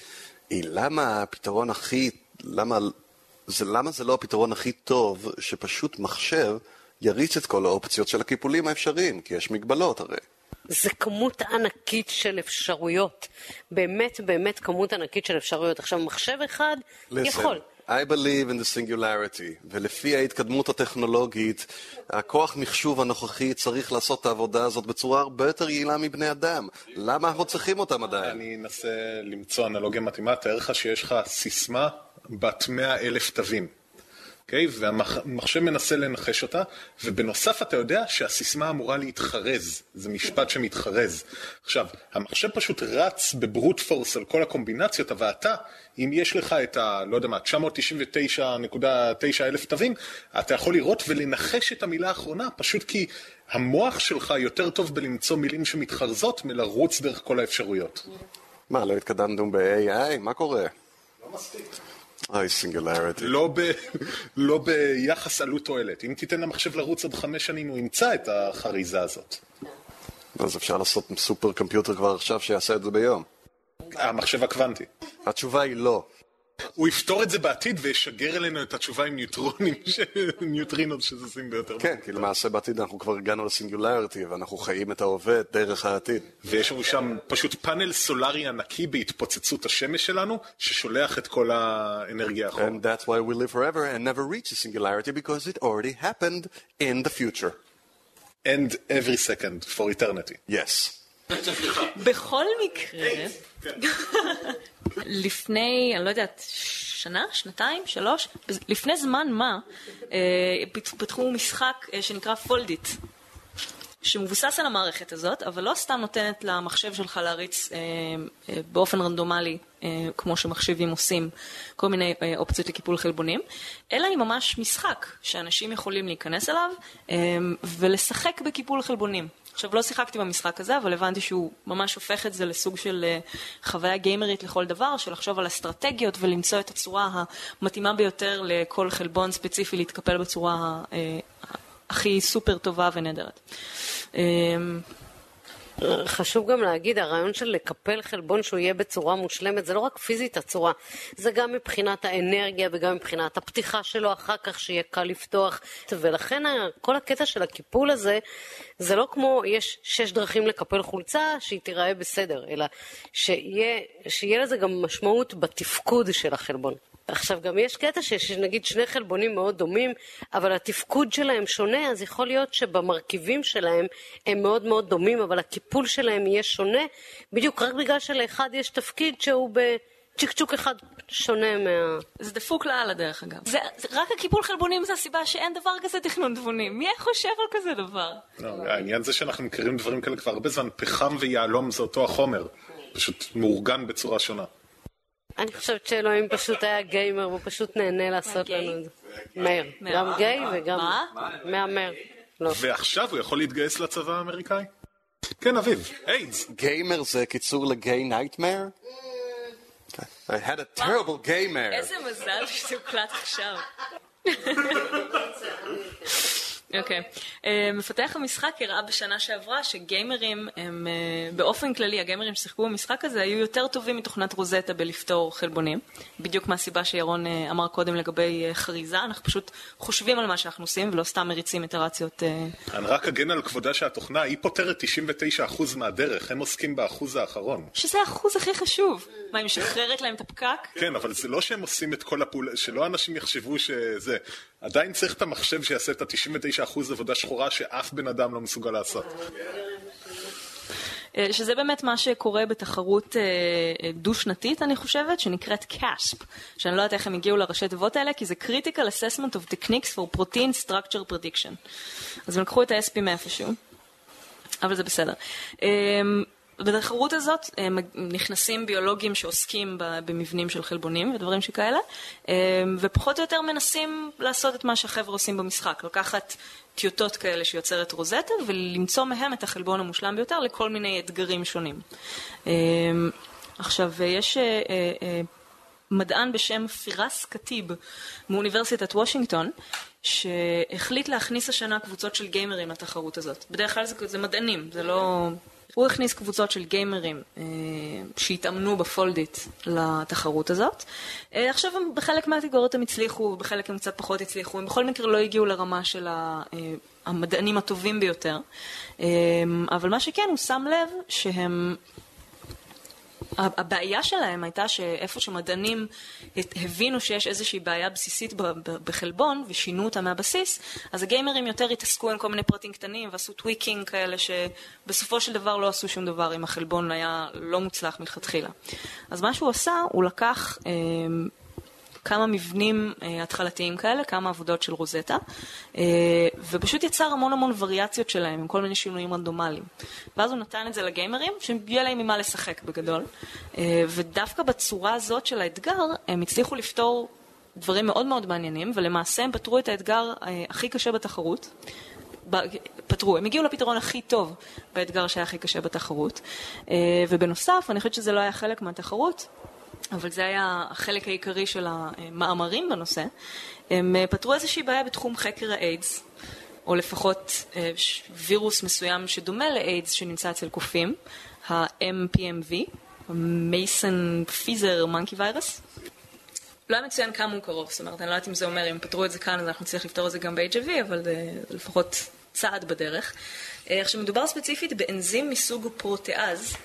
למה הפתרון הכי... למה זה, למה זה לא הפתרון הכי טוב שפשוט מחשב יריץ את כל האופציות של הקיפולים האפשריים, כי יש מגבלות הרי. זה כמות ענקית של אפשרויות. באמת, באמת כמות ענקית של אפשרויות. עכשיו, מחשב אחד Listen, יכול. I believe in the singularity, ולפי ההתקדמות הטכנולוגית, הכוח מחשוב הנוכחי צריך לעשות את העבודה הזאת בצורה הרבה יותר יעילה מבני אדם. למה אנחנו צריכים אותם עדיין? אני אנסה למצוא אנלוגיה מתאימה, תאר לך שיש לך סיסמה בת מאה אלף תווים. Okay, והמחשב מנסה לנחש אותה, ובנוסף אתה יודע שהסיסמה אמורה להתחרז, זה משפט שמתחרז. עכשיו, המחשב פשוט רץ בברוט פורס על כל הקומבינציות, אבל אתה, אם יש לך את ה, לא יודע מה, תשע מאות תשעים ותשע נקודה תשע אלף תווים, אתה יכול לראות ולנחש את המילה האחרונה, פשוט כי המוח שלך יותר טוב בלמצוא מילים שמתחרזות, מלרוץ דרך כל האפשרויות. מה, לא התקדמנו ב-איי איי? מה קורה? לא מספיק. אוי, סינגולריטי. לא, ב, לא ביחס עלות תועלת. אם תיתן למחשב לרוץ עוד חמש שנים, הוא ימצא את החריזה הזאת. אז אפשר לעשות סופר קומפיוטר כבר עכשיו שיעשה את זה ביום. המחשב הקוונטי. התשובה היא לא. הוא יפתור את זה בעתיד וישגר אלינו את התשובה עם ניוטרונים, ניוטרינות שזזים ביותר. כן, כי למעשה בעתיד אנחנו כבר הגענו לסינגולריטי, ואנחנו חיים את העובד דרך העתיד. ויש לנו שם פשוט פאנל סולרי ענקי בהתפוצצות השמש שלנו, ששולח את כל האנרגיה אחורה. And that's why we live forever and never reach the singularity, because it already happened in the future. And every second for eternity. Yes. בכל מקרה, לפני, אני לא יודעת, שנה, שנתיים, שלוש, לפני זמן מה, פתחו משחק שנקרא פולדיט, שמבוסס על המערכת הזאת, אבל לא סתם נותנת למחשב שלך להריץ באופן רנדומלי, כמו שמחשבים עושים, כל מיני אופציות לקיפול חלבונים, אלא היא ממש משחק שאנשים יכולים להיכנס אליו ולשחק בקיפול חלבונים. עכשיו, לא שיחקתי במשחק הזה, אבל הבנתי שהוא ממש הופך את זה לסוג של חוויה גיימרית לכל דבר, של לחשוב על אסטרטגיות ולמצוא את הצורה המתאימה ביותר לכל חלבון ספציפי להתקפל בצורה הכי סופר טובה ונהדרת. חשוב גם להגיד, הרעיון של לקפל חלבון שהוא יהיה בצורה מושלמת, זה לא רק פיזית הצורה, זה גם מבחינת האנרגיה וגם מבחינת הפתיחה שלו אחר כך שיהיה קל לפתוח, ולכן כל הקטע של הקיפול הזה, זה לא כמו יש שש דרכים לקפל חולצה שהיא תיראה בסדר, אלא שיהיה, שיהיה לזה גם משמעות בתפקוד של החלבון. עכשיו גם יש קטע שיש נגיד שני חלבונים מאוד דומים, אבל התפקוד שלהם שונה, אז יכול להיות שבמרכיבים שלהם הם מאוד מאוד דומים, אבל הקיפול שלהם יהיה שונה, בדיוק רק בגלל שלאחד יש תפקיד שהוא בצ'יק-צ'וק אחד שונה מה... זה דפוק לעל הדרך אגב. זה, זה, רק הקיפול חלבונים זה הסיבה שאין דבר כזה תכנון דבונים. מי חושב על כזה דבר? לא, העניין זה שאנחנו מכירים דברים כאלה כבר הרבה זמן, פחם ויעלום זה אותו החומר, פשוט מאורגן בצורה שונה. אני חושבת שאלוהים פשוט היה גיימר, הוא פשוט נהנה לעשות לנו את זה. מאיר. גם גיי וגם... מה? מהמר. ועכשיו הוא יכול להתגייס לצבא האמריקאי? כן, אביב. איידס. גיימר זה קיצור לגיי נייטמר? I had a terrible gamer. איזה מזל שזה הוקלט עכשיו. אוקיי. מפתח המשחק הראה בשנה שעברה שגיימרים הם, באופן כללי, הגיימרים ששיחקו במשחק הזה היו יותר טובים מתוכנת רוזטה בלפתור חלבונים. בדיוק מהסיבה שירון אמר קודם לגבי חריזה, אנחנו פשוט חושבים על מה שאנחנו עושים ולא סתם מריצים איטרציות. אני רק אגן על כבודה שהתוכנה, היא פותרת תשעים ותשעה אחוז מהדרך, הם עוסקים באחוז האחרון. שזה האחוז הכי חשוב. מה, היא משחררת להם את הפקק? כן, אבל זה לא שהם עושים את כל הפעולה, שלא אנשים יחשבו שזה... עדיין צריך את המחשב שיעשה את ה-תשעים ותשעה אחוז עבודה שחורה שאף בן אדם לא מסוגל לעשות. שזה באמת מה שקורה בתחרות דו-שנתית, אני חושבת, שנקראת קאספ, שאני לא יודעת איך הם הגיעו לראשי תיבות האלה, כי זה Critical Assessment of Techniques for Protein Structure Prediction. אז הם לקחו את ה-אס פי מאיפשהו, אבל זה בסדר. בתחרות הזאת נכנסים ביולוגים שעוסקים במבנים של חלבונים ודברים שכאלה, ופחות או יותר מנסים לעשות את מה שהחבר'ה עושים במשחק, לקחת טיוטות כאלה שיוצרת רוזטה ולמצוא מהם את החלבון המושלם ביותר לכל מיני אתגרים שונים. עכשיו, יש מדען בשם פירס קטיב מאוניברסיטת וושינגטון, שהחליט להכניס השנה קבוצות של גיימרים לתחרות הזאת. בדרך כלל זה, זה מדענים, זה לא... הוא הכניס קבוצות של גיימרים אה, שהתאמנו בפולדית לתחרות הזאת. אה, עכשיו הם בחלק מהתגרות הם הצליחו, בחלק הם קצת פחות הצליחו, הם בכל מקרה לא הגיעו לרמה של ה, אה, המדענים הטובים ביותר. אה, אבל מה שכן, הוא שם לב שהם... הבעיה שלהם הייתה שאיפה שמדענים הבינו שיש איזושהי בעיה בסיסית בחלבון ושינו אותה מהבסיס, אז הגיימרים יותר התעסקו עם כל מיני פרטים קטנים ועשו טוויקינג כאלה שבסופו של דבר לא עשו שום דבר אם החלבון היה לא מוצלח מלכתחילה. אז מה שהוא עשה, הוא לקח אה, כמה מבנים אה, התחלתיים כאלה, כמה עבודות של רוזטה, אה, ופשוט יצר המון המון וריאציות שלהם עם כל מיני שינויים רנדומליים. ואז הוא נתן את זה לגיימרים, שיהיה להם ממה לשחק בגדול. אה, ודווקא בצורה הזאת של האתגר, הם הצליחו לפתור דברים מאוד מאוד מעניינים, ולמעשה הם פתרו את האתגר אה, הכי קשה בתחרות. פתרו, הם הגיעו לפתרון הכי טוב באתגר שהיה הכי קשה בתחרות. אה, ובנוסף, אני חושבת שזה לא היה חלק מהתחרות, אבל זה היה החלק העיקרי של המאמרים בנושא, הם פתרו איזושהי בעיה בתחום חקר האיידס, או לפחות וירוס מסוים שדומה לאיידס שנמצא אצל קופים, ה-אם פי אם וי, מייסון פיזר מונקי ויירס. לא היה מצוין כמה הוא קרוב, זאת אומרת, אני לא יודעת אם זה אומר, אם פתרו את זה כאן, אז אנחנו נצליח לפתור את זה גם ב-אייץ' איי וי, אבל זה לפחות צעד בדרך. עכשיו, מדובר ספציפית באנזים מסוג פרוטאז,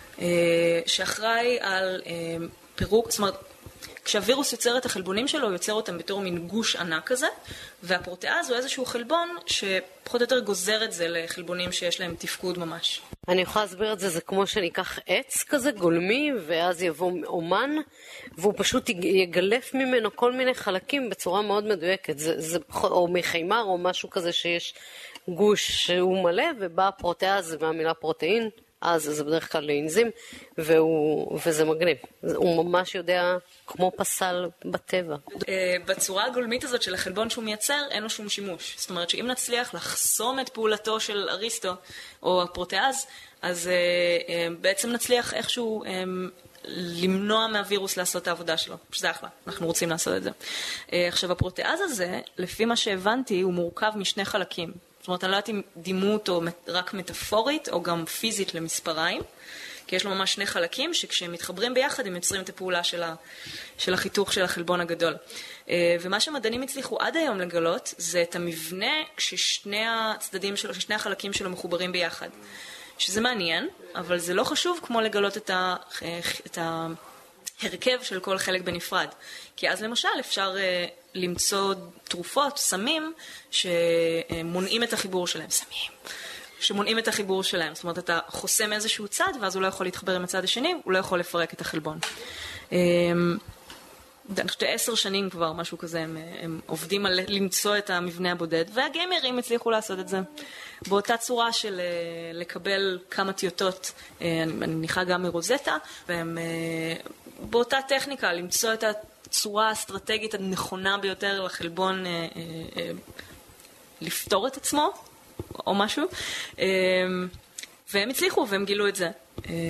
שאחראי על פירוק, זאת אומרת, כשהווירוס יוצר את החלבונים שלו, הוא יוצר אותם בתור מין גוש ענק כזה, והפרוטאז הוא איזשהו חלבון שפחות או יותר גוזר את זה לחלבונים שיש להם תפקוד ממש. אני יכולה להסביר את זה, זה כמו שניקח עץ כזה גולמי, ואז יבוא אומן, והוא פשוט יגלף ממנו כל מיני חלקים בצורה מאוד מדויקת, זה, זה, או מחיימר או משהו כזה שיש גוש שהוא מלא, ובא הפרוטאז מהמילה פרוטאין, אז זה בדרך כלל לאנזים, והוא, וזה מגניב. הוא ממש יודע כמו פסל בטבע. בצורה הגולמית הזאת של החלבון שהוא מייצר, אין לו שום שימוש. זאת אומרת שאם נצליח לחסום את פעולתו של אריסטו, או הפרוטאז, אז בעצם נצליח איכשהו למנוע מהווירוס לעשות את העבודה שלו. שזה אחלה, אנחנו רוצים לעשות את זה. עכשיו, הפרוטאז הזה, לפי מה שהבנתי, הוא מורכב משני חלקים. זאת אומרת, אני לא יודעת אם דימו אותו רק מטאפורית או גם פיזית למספריים, כי יש לו ממש שני חלקים שכשהם מתחברים ביחד הם יוצרים את הפעולה של, ה, של החיתוך של החלבון הגדול. ומה שמדענים הצליחו עד היום לגלות זה את המבנה כששני הצדדים שלו, ששני החלקים שלו מחוברים ביחד. שזה מעניין, אבל זה לא חשוב כמו לגלות את, ה, את ההרכב של כל חלק בנפרד. כי אז למשל אפשר למצוא תרופות, סמים, שמונעים את החיבור שלהם. סמים. שמונעים את החיבור שלהם. זאת אומרת, אתה חוסם איזשהו צד, ואז הוא לא יכול להתחבר עם הצד השני, הוא לא יכול לפרק את החלבון. אני חושבת עשר שנים כבר, משהו כזה, הם, הם עובדים על למצוא את המבנה הבודד, והגיימרים הצליחו לעשות את זה. באותה צורה של לקבל כמה טיוטות, אני מניחה גם מרוזטה, והם באותה טכניקה למצוא את הצורה האסטרטגית הנכונה ביותר לחלבון לפתור את עצמו, או משהו, והם הצליחו והם גילו את זה.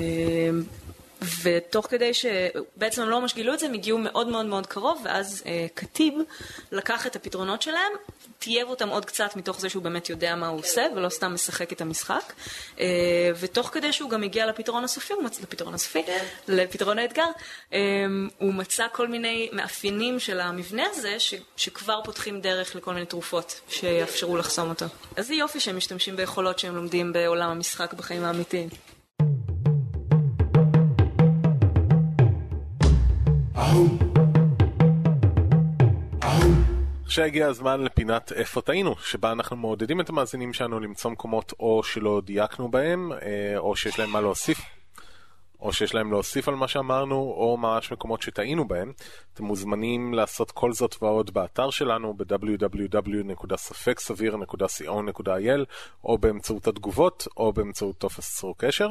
ותוך כדי שבעצם הם לא ממש גילו את זה, הם הגיעו מאוד מאוד מאוד קרוב, ואז אה, כתיב לקח את הפתרונות שלהם, טייב אותם עוד קצת מתוך זה שהוא באמת יודע מה הוא עושה, ולא סתם משחק את המשחק, אה, ותוך כדי שהוא גם הגיע לפתרון הסופי, הוא מצא, לפתרון הסופי, כן. לפתרון האתגר, אה, הוא מצא כל מיני מאפיינים של המבנה הזה, ש, שכבר פותחים דרך לכל מיני תרופות שיאפשרו לחסום אותו. אז זה יופי שהם משתמשים ביכולות שהם לומדים בעולם המשחק בחיים האמיתיים. שהגיע הזמן לפינת איפה טעינו, שבה אנחנו מעודדים את המאזינים שלנו למצוא מקומות או שלא דייקנו בהם, או שיש להם מה להוסיף, או שיש להם להוסיף על מה שאמרנו, או ממש מקומות שטעינו בהם. אתם מוזמנים לעשות כל זאת ועוד באתר שלנו ב-דאבליו דאבליו דאבליו נקודה ספק סביר נקודה סי או נקודה איי אל, או באמצעות התגובות, או באמצעות טופס צרו קשר.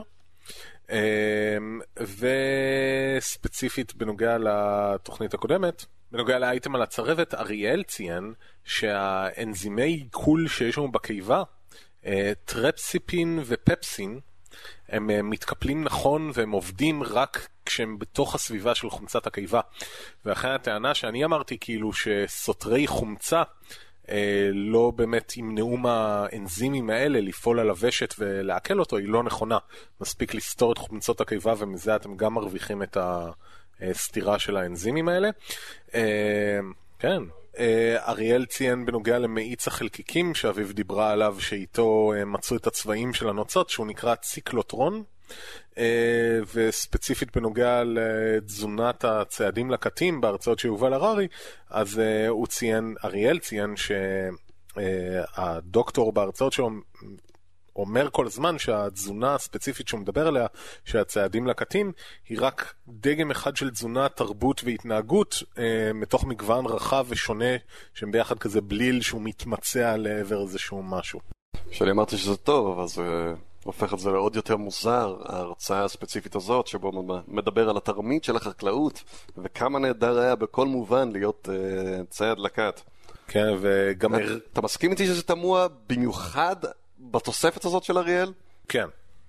וספציפית בנוגע לתוכנית הקודמת, בנוגע לאייטם על הצרבת, אריאל ציין שהאנזימי עיכול שיש לנו בקיבה, טרפסיפין ופפסין, הם מתקפלים נכון והם עובדים רק כשהם בתוך הסביבה של חומצת הקיבה. ואחרי הטענה שאני אמרתי כאילו שסותרי חומצה לא באמת ימנעו מהאנזימים האלה לפעול על הוושט ולעכל אותו, היא לא נכונה. מספיק לסתור את חומצות הקיבה ומזה אתם גם מרוויחים את הסתירה של האנזימים האלה. כן. אריאל ציין בנוגע למאיץ החלקיקים שאביב דיברה עליו, שאיתו מצאו את הצבעים של הנוצות, שהוא נקרא ציקלוטרון. וספציפית בנוגע לתזונת הצעדים לקטים בהרצאות של יובל הררי, אז הוא ציין, אריאל ציין שהדוקטור בהרצאות שלו אומר כל הזמן שהתזונה הספציפית שהוא מדבר עליה, שהצעדים לקטים, היא רק דגם אחד של תזונה, תרבות והתנהגות, מתוך מגוון רחב ושונה, שהם ביחד כזה בליל שהוא מתמצע לעבר איזשהו משהו. שאני אמרתי שזה טוב, אז הופך את זה לעוד יותר מוזר, ההרצאה הספציפית הזאת, שבו מדבר על התרמית של החקלאות, וכמה נהדר היה בכל מובן להיות uh, צייד לקט. כן, וגם... אתה, אתה מסכים איתי שזה תמוה במיוחד בתוספת הזאת של אריאל? כן.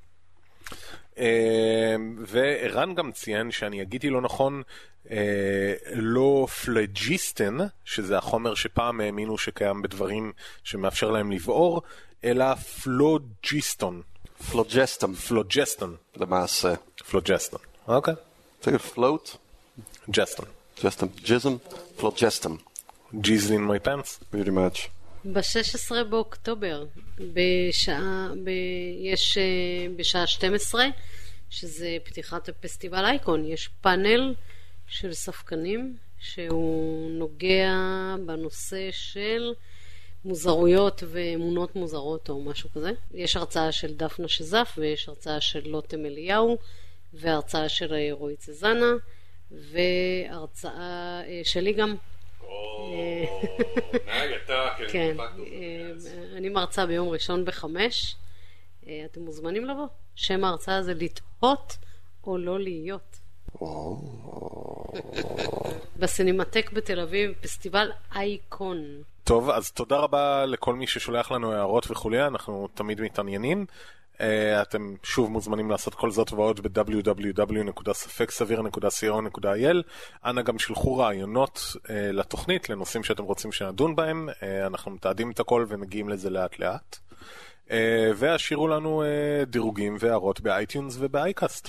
וערן גם ציין, שאני אגידי לא נכון, לא פלוג'יסטן, שזה החומר שפעם האמינו שקיים בדברים שמאפשר להם לבעור, אלא פלוג'יסטון. פלוג'סטון. פלוג'סטון. למעשה. פלוג'סטון. אוקיי. תגיד, פלוט? ג'סטון. ג'סטון. ג'יזם? פלוג'סטון. ג'יז in my pants. Very much. ב-שישה עשר באוקטובר, בשעה, ב... יש בשעה שתים עשרה, שזה פתיחת הפסטיבל אייקון, יש פאנל של ספקנים, שהוא נוגע בנושא של מוזרויות ואמונות מוזרות או משהו כזה. יש הרצאה של דפנה שזף, ויש הרצאה של לוטם אליהו, והרצאה של רועי צזנה, והרצאה שלי גם. כן, אני מרצה ביום ראשון בחמש. אתם מוזמנים לבוא, שם ההרצאה זה לתהות או לא להיות. בסינמטק בתל אביב, פסטיבל אייקון. טוב, אז תודה רבה לכל מי ששולח לנו הערות וכולי, אנחנו תמיד מתעניינים. Uh, אתם שוב מוזמנים לעשות כל זאת ועוד ב-דאבליו דאבליו דאבליו נקודה ספק סביר נקודה סי או נקודה איי אל. אנא גם שלחו רעיונות uh, לתוכנית, לנושאים שאתם רוצים שנדון בהם. Uh, אנחנו מתעדים את הכל ומגיעים לזה לאט לאט. Uh, והשאירו לנו uh, דירוגים והערות באייטיונס ובאייקאסט.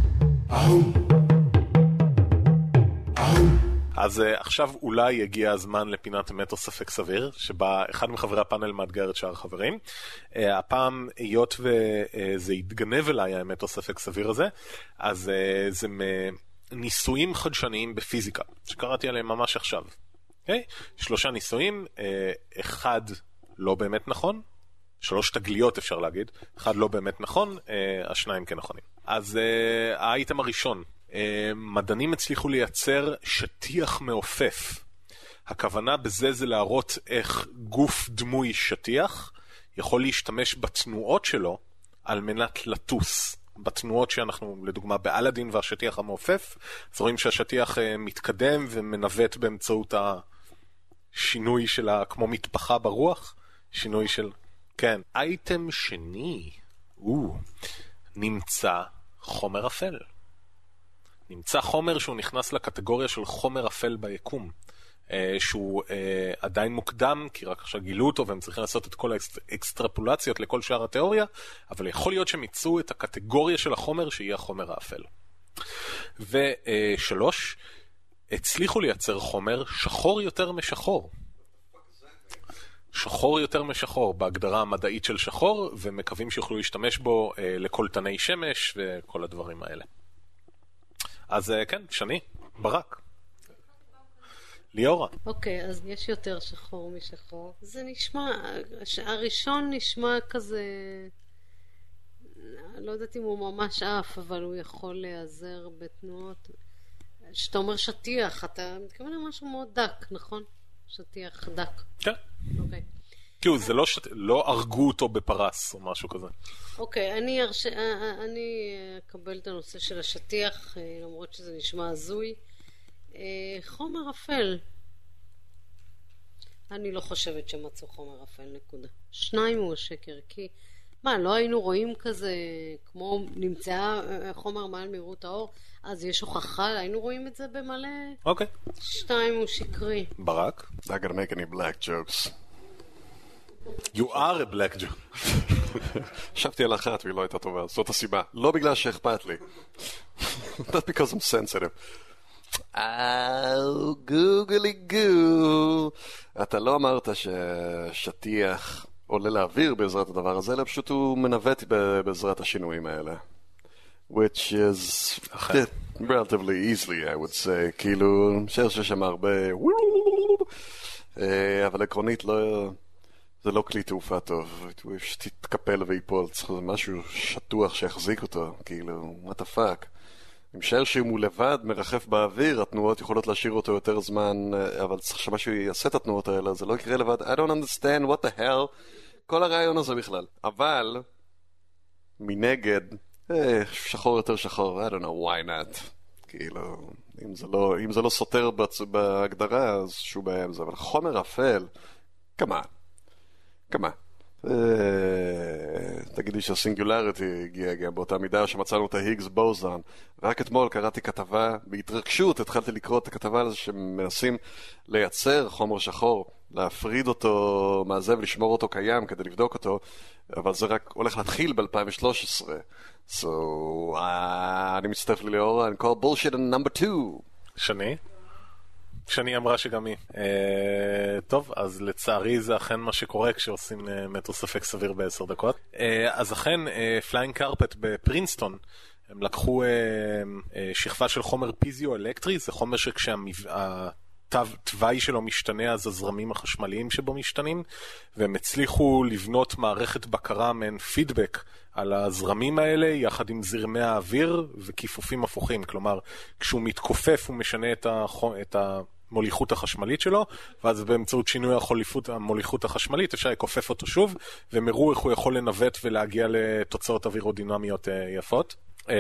אז uh, עכשיו אולי הגיע הזמן לפינת אמת או ספק סביר, שבה אחד מחברי הפאנל מאתגר את שאר החברים. Uh, הפעם, היות וזה uh, יתגנב אליי האמת או ספק סביר הזה, אז uh, זה ניסויים חדשניים בפיזיקה, שקראתי עליהם ממש עכשיו. Okay? שלושה ניסויים, uh, אחד לא באמת נכון, שלוש תגליות אפשר להגיד, אחד לא באמת נכון, uh, השניים כן נכונים. אז uh, האייטם הראשון, מדענים הצליחו לייצר שטיח מעופף. הכוונה בזה זה להראות איך גוף דמוי שטיח יכול להשתמש בתנועות שלו על מנת לטוס. בתנועות שאנחנו, לדוגמה, באלאדין והשטיח המעופף, אז רואים שהשטיח מתקדם ומנווט באמצעות השינוי שלה, כמו מטפחה ברוח, שינוי של... כן. אייטם שני, או, נמצא חומר אפל. נמצא חומר שהוא נכנס לקטגוריה של חומר אפל ביקום, שהוא עדיין מוקדם, כי רק עכשיו גילו אותו והם צריכים לעשות את כל האקסטרפולציות לכל שאר התיאוריה, אבל יכול להיות שהם ייצאו את הקטגוריה של החומר שיהיה החומר האפל. ושלוש, הצליחו לייצר חומר שחור יותר משחור. שחור יותר משחור בהגדרה המדעית של שחור, ומקווים שיוכלו להשתמש בו לקולטני שמש וכל הדברים האלה. אז כן, שני, ברק. ליאורה. אוקיי, אז יש יותר שחור משחור. זה נשמע, הראשון נשמע כזה, לא יודעת אם הוא ממש אף, אבל הוא יכול להיעזר בתנועות. שאתה אומר שטיח, אתה מתכוון למשהו מאוד דק, נכון? שטיח דק. כן. אוקיי. כאילו, זה לא, שט... לא הרגו אותו בפרס או משהו כזה. אוקיי, אני, ארש... אני אקבל את הנושא של השטיח, למרות שזה נשמע הזוי. חומר אפל. אני לא חושבת שמצאו חומר אפל, נקודה. שניים הוא השקר, כי מה, לא היינו רואים כזה, כמו נמצאה חומר מעל מהירות האור, אז יש הוכחה, היינו רואים את זה במלא. אוקיי. שתיים הוא שקרי. ברק? I gotta make any black jokes. You are a black joke. חשבתי על אחת והיא לא הייתה טובה, זאת הסיבה. לא בגלל שאכפת לי. Not because I'm sensitive. אאו, גוגלי גו. אתה לא אמרת ששטיח עולה לאוויר בעזרת הדבר הזה, אלא פשוט הוא מנווט בעזרת השינויים האלה. Which is relatively easily, I would say. כאילו, אני חושב ששם הרבה... אבל עקרונית לא... זה לא כלי תעופה טוב, הוא שתתקפל ויפול, צריך משהו שטוח שיחזיק אותו, כאילו, what the fuck. אני משער שאם הוא לבד מרחף באוויר, התנועות יכולות להשאיר אותו יותר זמן, אבל צריך שמשהו יעשה את התנועות האלה, זה לא יקרה לבד, I don't understand, what the hell, כל הרעיון הזה בכלל. אבל, מנגד, אה, שחור יותר שחור, I don't know why not. כאילו, אם זה לא, אם זה לא סותר בהגדרה, אז שום בעיה עם זה, אבל חומר אפל, כמה? כמה? תגידי שהסינגולריטי הגיע גם באותה מידה שמצאנו את ההיגס בוזון. רק אתמול קראתי כתבה, בהתרגשות התחלתי לקרוא את הכתבה הזו שמנסים לייצר חומר שחור, להפריד אותו מהזה ולשמור אותו קיים כדי לבדוק אותו, אבל זה רק הולך להתחיל ב-אלפיים ושלוש עשרה. So, uh, אני מצטרף לליאורה, אני call bullshit on number two. שני? שני אמרה שגם היא. אה, טוב, אז לצערי זה אכן מה שקורה כשעושים אה, מטר ספק סביר בעשר דקות. אה, אז אכן, אה, פליינג קרפט בפרינסטון, הם לקחו אה, אה, שכבה של חומר פיזיו-אלקטרי, זה חומר שכשהתוואי שלו משתנה, אז הזרמים החשמליים שבו משתנים, והם הצליחו לבנות מערכת בקרה מעין פידבק על הזרמים האלה, יחד עם זרמי האוויר וכיפופים הפוכים. כלומר, כשהוא מתכופף הוא משנה את, החום, את המוליכות החשמלית שלו, ואז באמצעות שינוי החוליפות, המוליכות החשמלית אפשר לקופף אותו שוב, והם הראו איך הוא יכול לנווט ולהגיע לתוצאות אווירודינמיות יפות.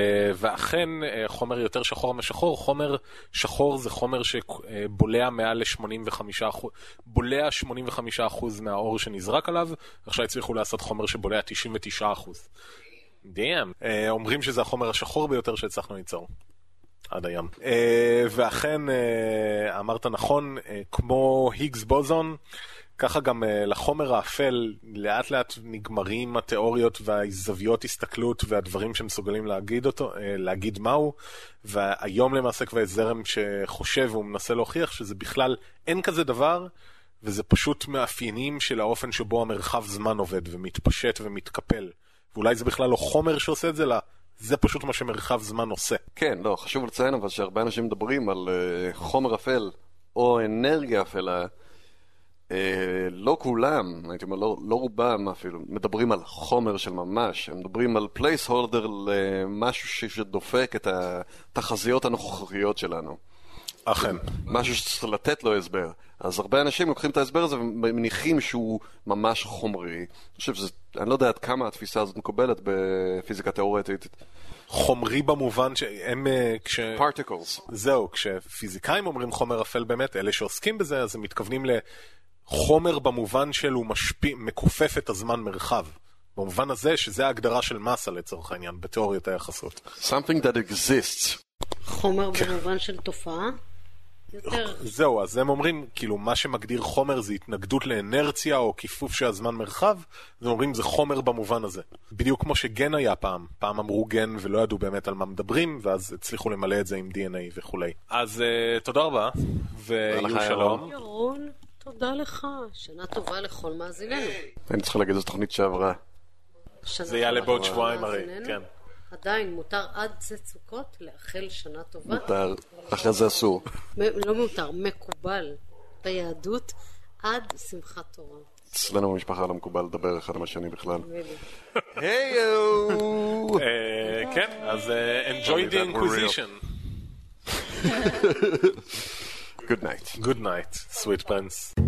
ואכן חומר יותר שחור משחור, חומר שחור זה חומר שבולע מעל ל-שמונים וחמישה אחוז, בולע שמונים וחמישה אחוז מהאור שנזרק עליו, עכשיו הצליחו לעשות חומר שבולע תשעים ותשעה אחוז. דיים. אומרים שזה החומר השחור ביותר שהצלחנו ליצור עד היום. ואכן אמרת נכון, כמו היגס בוזון, ככה גם לחומר האפל לאט לאט נגמרים התיאוריות והזוויות הסתכלות והדברים שמסוגלים להגיד אותו, להגיד מהו, והיום למעשה כבר זרם שחושב ומנסה להוכיח שזה בכלל אין כזה דבר, וזה פשוט מאפיינים של האופן שבו המרחב זמן עובד ומתפשט ומתקפל. ואולי זה בכלל לא חומר שעושה את זה, אלא זה פשוט מה שמרחב זמן עושה. כן, לא, חשוב לציין אבל שהרבה אנשים מדברים על uh, חומר אפל או אנרגיה אפלה, uh, לא כולם, הייתי אומר, לא, לא רובם אפילו, מדברים על חומר של ממש, הם מדברים על פלייסהולדר למשהו שדופק את התחזיות הנוכחיות שלנו. אכן. משהו שצריך לתת לו הסבר. אז הרבה אנשים לוקחים את ההסבר הזה ומניחים שהוא ממש חומרי. אני חושב שזה, אני לא יודע עד כמה התפיסה הזאת מקובלת בפיזיקה תיאורטית. חומרי במובן שהם, כש... particles. זהו, כשפיזיקאים אומרים חומר אפל באמת, אלה שעוסקים בזה, אז הם מתכוונים לחומר במובן של הוא משפיע, מקופף את הזמן מרחב. במובן הזה שזה ההגדרה של מסה לצורך העניין, בתיאוריות היחסות. Something that exists. חומר במובן של תופעה? יותר... זהו, אז הם אומרים, כאילו, מה שמגדיר חומר זה התנגדות לאנרציה או כיפוף של הזמן מרחב, אז אומרים זה חומר במובן הזה. בדיוק כמו שגן היה פעם, פעם אמרו גן ולא ידעו באמת על מה מדברים, ואז הצליחו למלא את זה עם די אן איי וכולי. אז uh, תודה רבה, ויהיו שלום. ירון, תודה לך, שנה טובה לכל מאזיננו. אני צריך להגיד, זו תוכנית שעברה. זה יעלה בעוד שבועיים הרי, כן. עדיין מותר עד זה סוכות לאחל שנה טובה? מותר, אחרי זה אסור. לא מותר, מקובל ביהדות עד שמחת תורה. אצלנו במשפחה לא מקובל לדבר אחד עם השני בכלל. היי-יו! כן, אז enjoy the Inquisition. Good night. Good night, sweet prince.